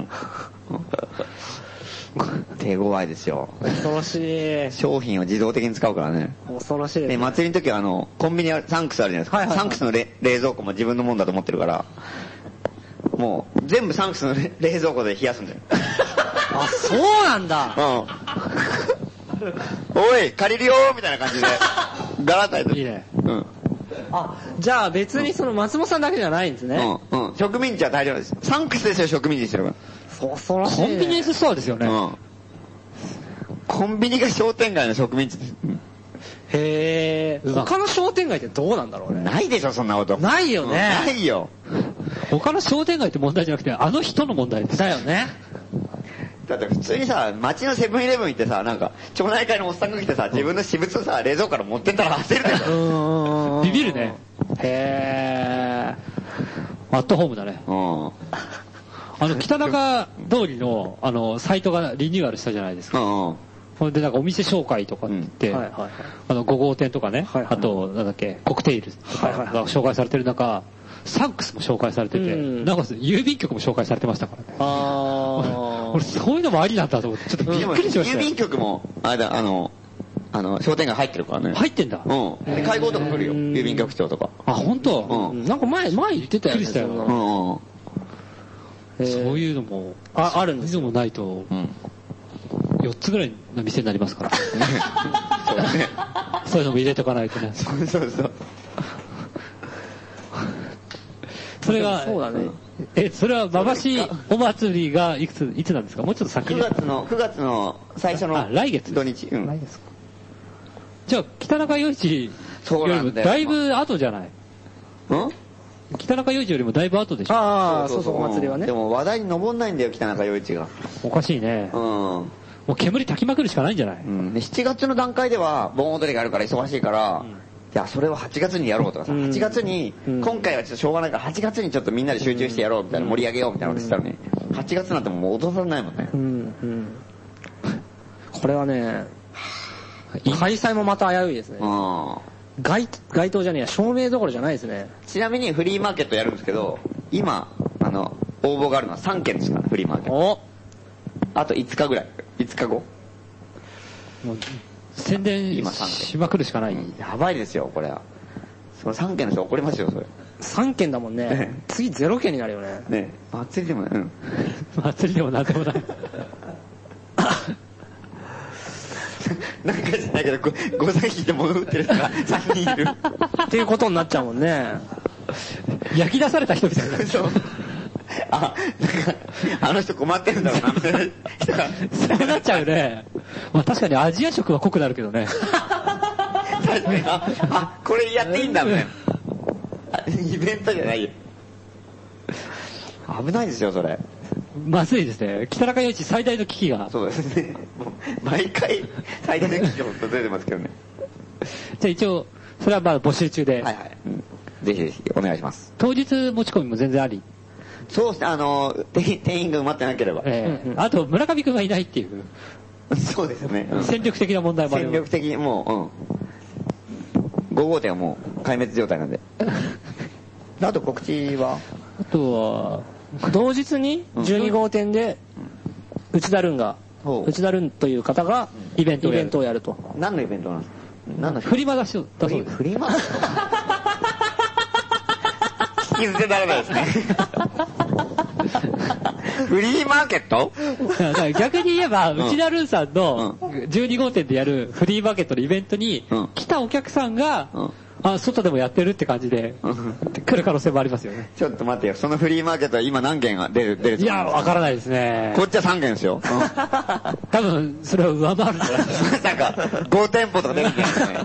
手強いですよ。 恐ろしい。 商品を自動的に使うからね。 恐ろしいですね。 祭りの時はコンビニサンクスあるじゃないですか。サンクスの冷蔵庫も自分のもんだと思ってるから、もう全部サンクスの冷蔵庫で冷やすんだよ。 あ、そうなんだ。 おい、借りるよーみたいな感じで、ガラッと入ってる。 いいね。 じゃあ別にその松本さんだけじゃないんですね。 植民地は大丈夫です。サンクスですよ、植民地してるから。 恐ろしい。 コンビニエンスストアですよね。 コンビニが商店街の植民地です。 へー。他の商店街ってどうなんだろうね。 ないでしょ、そんなこと。 ないよね。 ないよ。 他の商店街って問題じゃなくて、あの人の問題です。 だよね。 だって普通にさ、街のセブンイレブン行ってさ、なんか、町内会のおっさんが来てさ、自分の私物をさ、冷蔵庫から持ってったら焦るでしょ。 ビビるね。 へー。アットホームだね。北中通りの、サイトがリニューアルしたじゃないですか。ほんでなんかお店紹介とかって、5号店とかね、あと、なんだっけ、コクテイルとかが紹介されてる中、サンクスも紹介されてて、なんか郵便局も紹介されてましたからね。俺そういうのもありなんだと思って、ちょっとびっくりしましたよ。 郵便局も、商店街入ってるからね。 入ってんだ。 で、会合とか来るよ、郵便局長とか。 あ、本当？ なんか前言ってたよね。 びっくりしたよ。そういうのも、 あるんですよ。そういうのもないと、4つぐらいの店になりますから。 そうね。 そういうのも入れとかないとね。 そう。 それが、 そうだね。 それは馬橋お祭りがいつなんですか？もうちょっと先に。 9月の最初の来月土日。 来月か。じゃあ、北中余市よりもだいぶ後じゃない？北中余市よりもだいぶ後でしょ？ ああ、そう、お祭りはね。 でも話題に上んないんだよ、北中余市が。 おかしいね。 もう煙焚きまくるしかないんじゃない？ 7月の段階では、盆踊りがあるから忙しいから、いや、それを8月にやろうとかさ、8月に、今回はちょっとしょうがないから8月にちょっとみんなで集中してやろうみたいな、盛り上げようみたいなことしたらね、8月なんてもう踊らないもんね。 これはね、開催もまた危ういですね。街頭じゃねえや、照明どころじゃないですね。 ちなみにフリーマーケットやるんですけど、今、応募があるのは3件ですから、フリーマーケット。あと5日ぐらい。5日後。 もう宣伝しまくるしかない。 やばいですよ、これは。その3件の人怒りますよ、それ。 3件だもんね。次0件になるよね。 ね、祭りでもね、 祭りでもなんでもない。 なんかじゃないけど、5歳引いて物売ってる人が3人いる。 っていうことになっちゃうもんね。 焼き出された人みたいな。 そう。なんか、あの人困ってるんだろうな、みたいな人が。 そうなっちゃうね。まあ確かにアジア食は濃くなるけどね。 確かに、これやっていいんだ、みたいな。イベントじゃないよ。危ないですよ、それ。 まずいですね。北中余市最大の危機が。 そうですね。もう毎回最大の危機が本当出てますけどね。 じゃあ一応、それはまあ募集中で。 はいはい。ぜひぜひお願いします。 当日持ち込みも全然あり。 そうですね、定員が埋まってなければ。 あと、村上くんがいないっていう。 そうですね。 戦力的な問題もある。 戦力的にもう、5号店はもう壊滅状態なんで。あと告知は？ あとは、 同日に12号店で、内田ルンという方がイベントをやると。 何のイベントなんですか？何のフリマだそうです。 フリマ？聞き捨てならないですね。フリーマーケット？ 逆に言えば、内田ルンさんの12号店でやるフリーマーケットのイベントに来たお客さんが、外でもやってるって感じで来る可能性もありますよね。 ちょっと待ってよ、そのフリーマーケットは今何件が出るいや、わからないですね。 こっちは3件ですよ。 多分、それは上回るんじゃないですか。 まさか、5店舗とか出るんじゃないですね。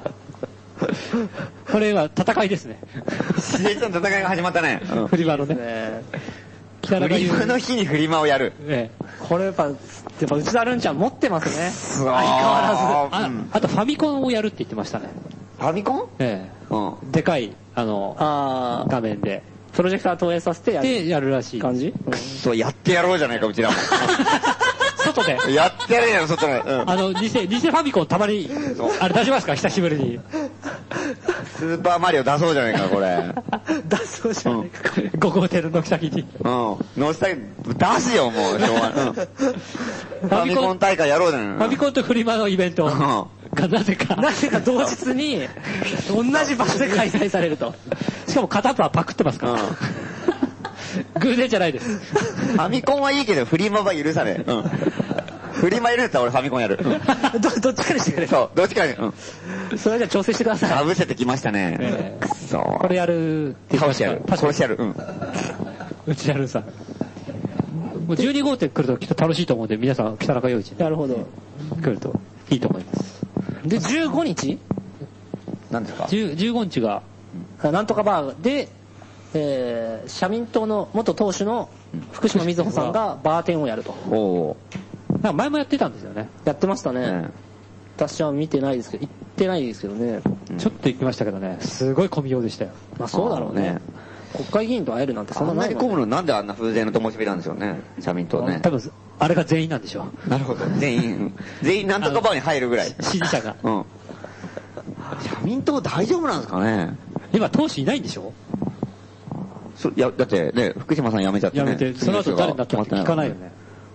これは戦いですね。 自然との戦いが始まったね。 フリマのね。 フリマの日にフリマをやる。 これやっぱ内田ルンちゃん持ってますね。相変わらず。あとファミコンをやるって言ってましたね。 ファミコン？ でかい、画面で。 プロジェクター投影させてやるらしい感じ？ そう、やってやろうじゃないか、うちらも。 外で。 やってやれよ、外で。 偽ファミコンたまに、あれ出しますか？久しぶりに。 スーパーマリオ出そうじゃないか、これ。 出そうじゃないか、これ。 5号店の軒先に。 軒先、出すよ、もう、しょうがない。ファミコン大会やろうじゃない。 ファミコンとフリマのイベントがなぜか同日に、同じ場所で開催されると。 しかも片っぽはパクってますから。偶然じゃないです。 ファミコンはいいけど、フリマは許さねえ。フリマいるんだったら俺ファミコンやる。 どっちかにしてくれ。 そう、どっちかに。 それじゃあ調整してください。 かぶせてきましたね。くそ。 これやるって殺しやる。殺しやる。 内田ルンさん。もう12号店来るときっと楽しいと思うんで、皆さん北中陽一。 なるほど。 来るといいと思います。 で、15日？ 何ですか ？15日が、 なんとかバーで、社民党の元党首の福島みずほさんがバーテンをやると。 なんか前もやってたんですよね。 やってましたね。私は見てないですけど、行ってないですけどね。 ちょっと行きましたけどね、すごい混みようでしたよ。 まあそうだろうね。国会議員と会えるなんてそんなないもんね。 あんなに混むのなんであんな風情の灯火なんでしょうね、社民党ね。 多分、あれが全員なんでしょう。 なるほど。全員なんとかバーに入るぐらい。 支持者が。 社民党大丈夫なんですかね。 今党首いないんでしょ？ いや、だってね、福島さん辞めちゃってね。 辞めて、その後誰になったって聞かないよね。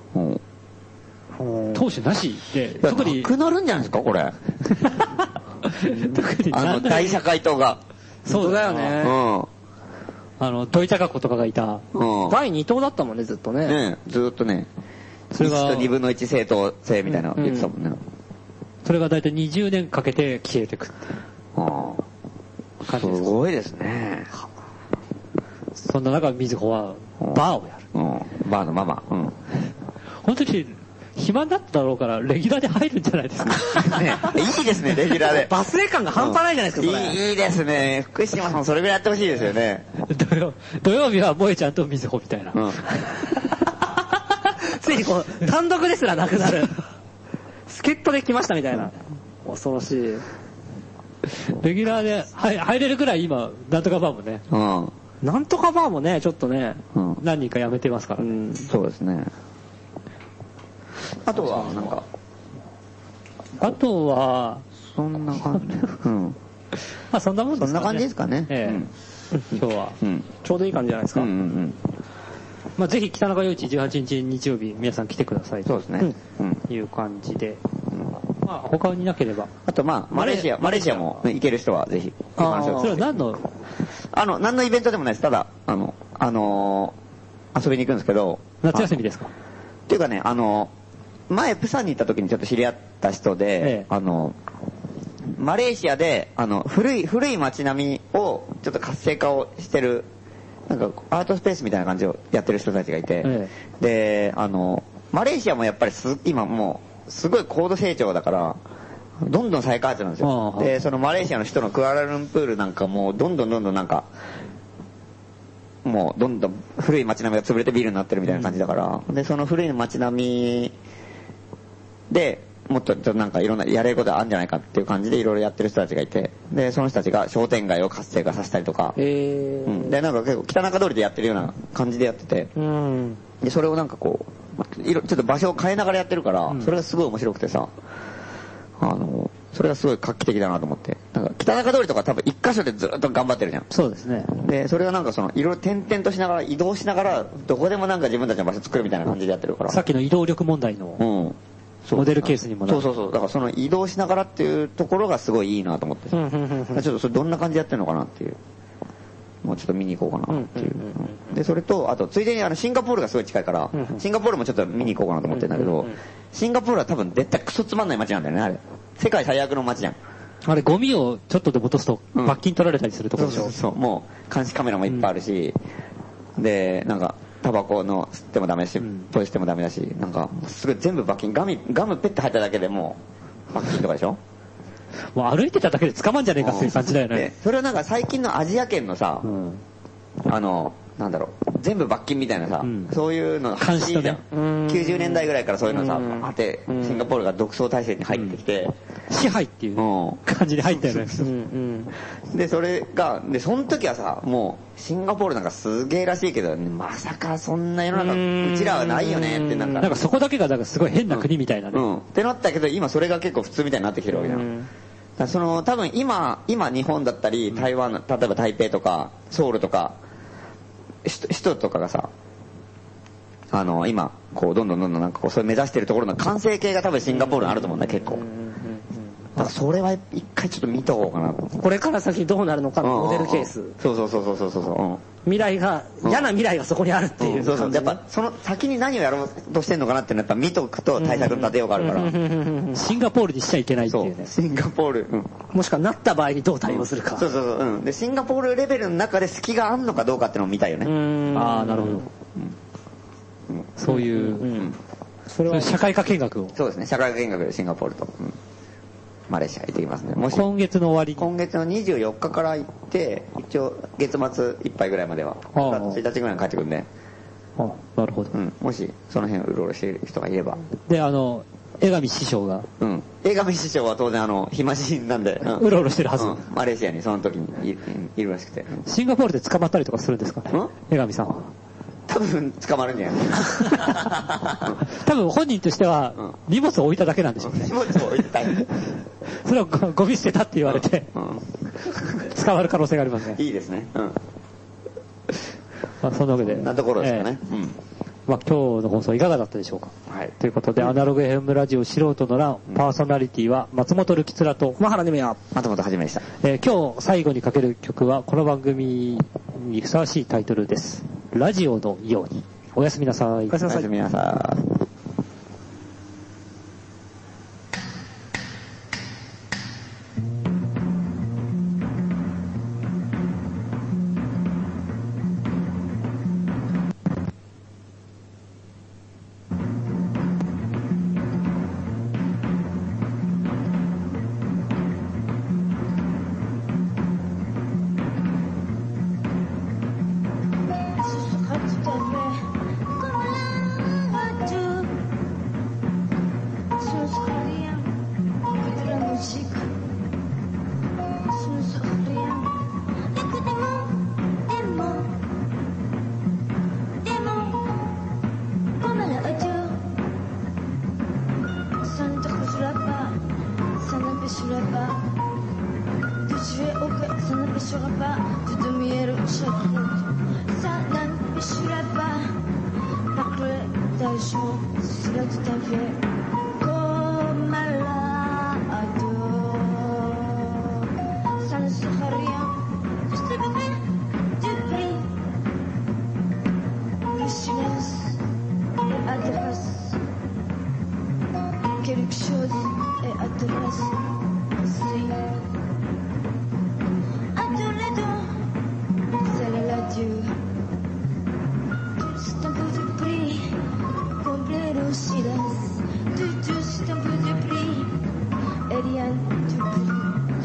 党首なしで、特に。 なくなるんじゃないですか、これ。 特に。 大社会党が。 そうだよね。 土井孝子とかがいた。 第2党だったもんね、ずっとね。 ね、ずっとね。それが。1と2分の1政党制みたいなの言ってたもんね。 それが大体20年かけて消えてくって。 すごいですね。 そんな中、みずほはバーをやる。 バーのママ。 本当に暇だっただろうからレギュラーで入るんじゃないですか。 いいですね、レギュラーで。 バスエ感が半端ないじゃないですか、それ。 いいですね。福島さんそれぐらいやってほしいですよね。 土曜日は萌ちゃんとみずほみたいな。 ついにこう、単独ですらなくなる。 助っ人で来ましたみたいな。恐ろしい。 レギュラーで入れるくらい今、なんとかバーもね。 なんとかバーもね、ちょっとね、 何人か辞めてますからね。 そうですね。あとは、なんか。 あとは、 そんな感じ。 まあそんなもんですかね。 そんな感じですかね。 今日は。 ちょうどいい感じじゃないですか。 まあぜひ北中夜市18日日曜日皆さん来てください。 そうですね。 いう感じで。まあ他になければ。 あとまあマレーシアも行ける人はぜひ行きましょう。 それは何のイベントでもないです。ただ遊びに行くんですけど。 夏休みですか？ っていうかね前プサンに行った時にちょっと知り合った人で、マレーシアで古い街並みをちょっと活性化をしてるなんかアートスペースみたいな感じをやってる人たちがいて、でマレーシアもやっぱり今もうすごい高度成長だからどんどん再開発なんですよ。でそのマレーシアの首都のクアラルンプールなんかもうどんどんなんかもうどんどん古い街並みが潰れてビルになってるみたいな感じだから、でその古い街並みでもっとなんかいろんなやれることあるんじゃないかっていう感じでいろいろやってる人たちがいて、でその人たちが商店街を活性化させたりとか、でなんか結構北中通りでやってるような感じでやってて、でそれをなんかこうちょっと場所を変えながらやってるから、それがすごい面白くてさ、それがすごい画期的だなと思って。なんか北中通りとか多分一箇所でずっと頑張ってるじゃん。 そうですね。 でそれがなんかいろいろ転々としながら移動しながらどこでもなんか自分たちの場所作るみたいな感じでやってるから。 さっきの移動力問題のモデルケースにもなる。 そう。だからその移動しながらっていうところがすごいいいなと思って。ちょっとそれどんな感じでやってるのかなっていう。もうちょっと見に行こうかなっていう。でそれとあとついでにシンガポールがすごい近いから、シンガポールもちょっと見に行こうかなと思ってるんだけど、シンガポールは多分絶対クソつまんない街なんだよねあれ。世界最悪の街じゃん。 あれゴミをちょっとでも落とすと罰金取られたりするところでしょ。 そうもう監視カメラもいっぱいあるし、でなんかタバコの吸ってもダメだし、ポイしてもダメだし、なんかすごい全部罰金、ガムペッて入っただけでもう罰金とかでしょ。 もう歩いてただけで捕まんじゃねえかっていう感じだよね。 それはなんか最近のアジア圏のさ、なんだろう全部罰金みたいなさ、そういうの監視とね、 90年代ぐらいからそういうのさ、あってシンガポールが独創体制に入ってきて、 支配っていう感じに入ったよね。 でそれがでその時はさもうシンガポールなんかすげえらしいけど、まさかそんな世の中うちらはないよねってなんかそこだけがなんかすごい変な国みたいなね。 ってなったけど今それが結構普通みたいになってきてるわけじゃん。多分今日本だったり台湾、例えば台北とかソウルとか首都とかがさ今こうどんどんなんかこうそれ目指してるところの完成形が多分シンガポールにあると思うんだ結構。だからそれは一回ちょっと見とこうかな。 これから先どうなるのかのモデルケース。 そう。 未来が嫌な未来がそこにあるっていう。 そうやっぱその先に何をやろうとしてんのかなっていうのはやっぱ見とくと対策の立てようがあるから。 シンガポールにしちゃいけないっていうね。 シンガポール、 もしくはなった場合にどう対応するか。 そうでシンガポールレベルの中で隙があんのかどうかっていうのを見たいよね。 ああなるほど。そういうそれは社会科見学を。 そうですね、社会科見学でシンガポールとマレーシア行ってきますね。もし今月の終わり今月の24日から行って一応月末いっぱいぐらいまでは1日ぐらいに帰ってくるんで。 なるほど。 もしその辺うろうろしている人がいれば。 で江上師匠が江上師匠は当然暇人なんでうろうろしてるはず。 マレーシアにその時にいるらしくて。 シンガポールで捕まったりとかするんですかね、江上さんは。 多分捕まるんじゃない多分本人としては荷物を置いただけなんでしょうね。 荷物を置いたそれをゴミ捨てたって言われて捕まる可能性がありますね。 いいですね。 そんなわけでなところですかね。 今日の放送いかがだったでしょうか。ということでアナログ FM ラジオ素人の欄パーソナリティは松本るきつらと熊原ねめや松本はじめでした。 今日最後にかける曲はこの番組にふさわしいタイトルです。ラジオのように。おやすみなさい。 おやすみなさい。 Come on, cela tout à fait comme malade. Ça ne sera rien, juste le vrai du prix. Le silence est adresse. Quelque chose est adresse. Attends les dents, c'est l'adieu. C'est un peu de prix, combler le silence. C'est un peu de prix, et rien de prix.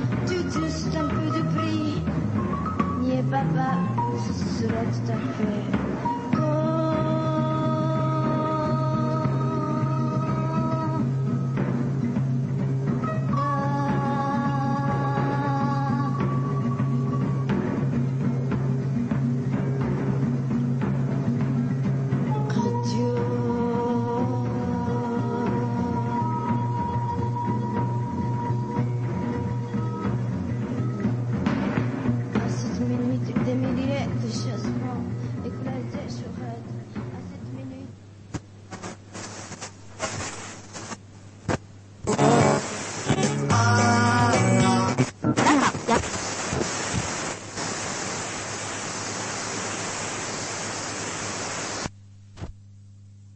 C'est un peu de prix, n'y est papa, ce sera tout à fait.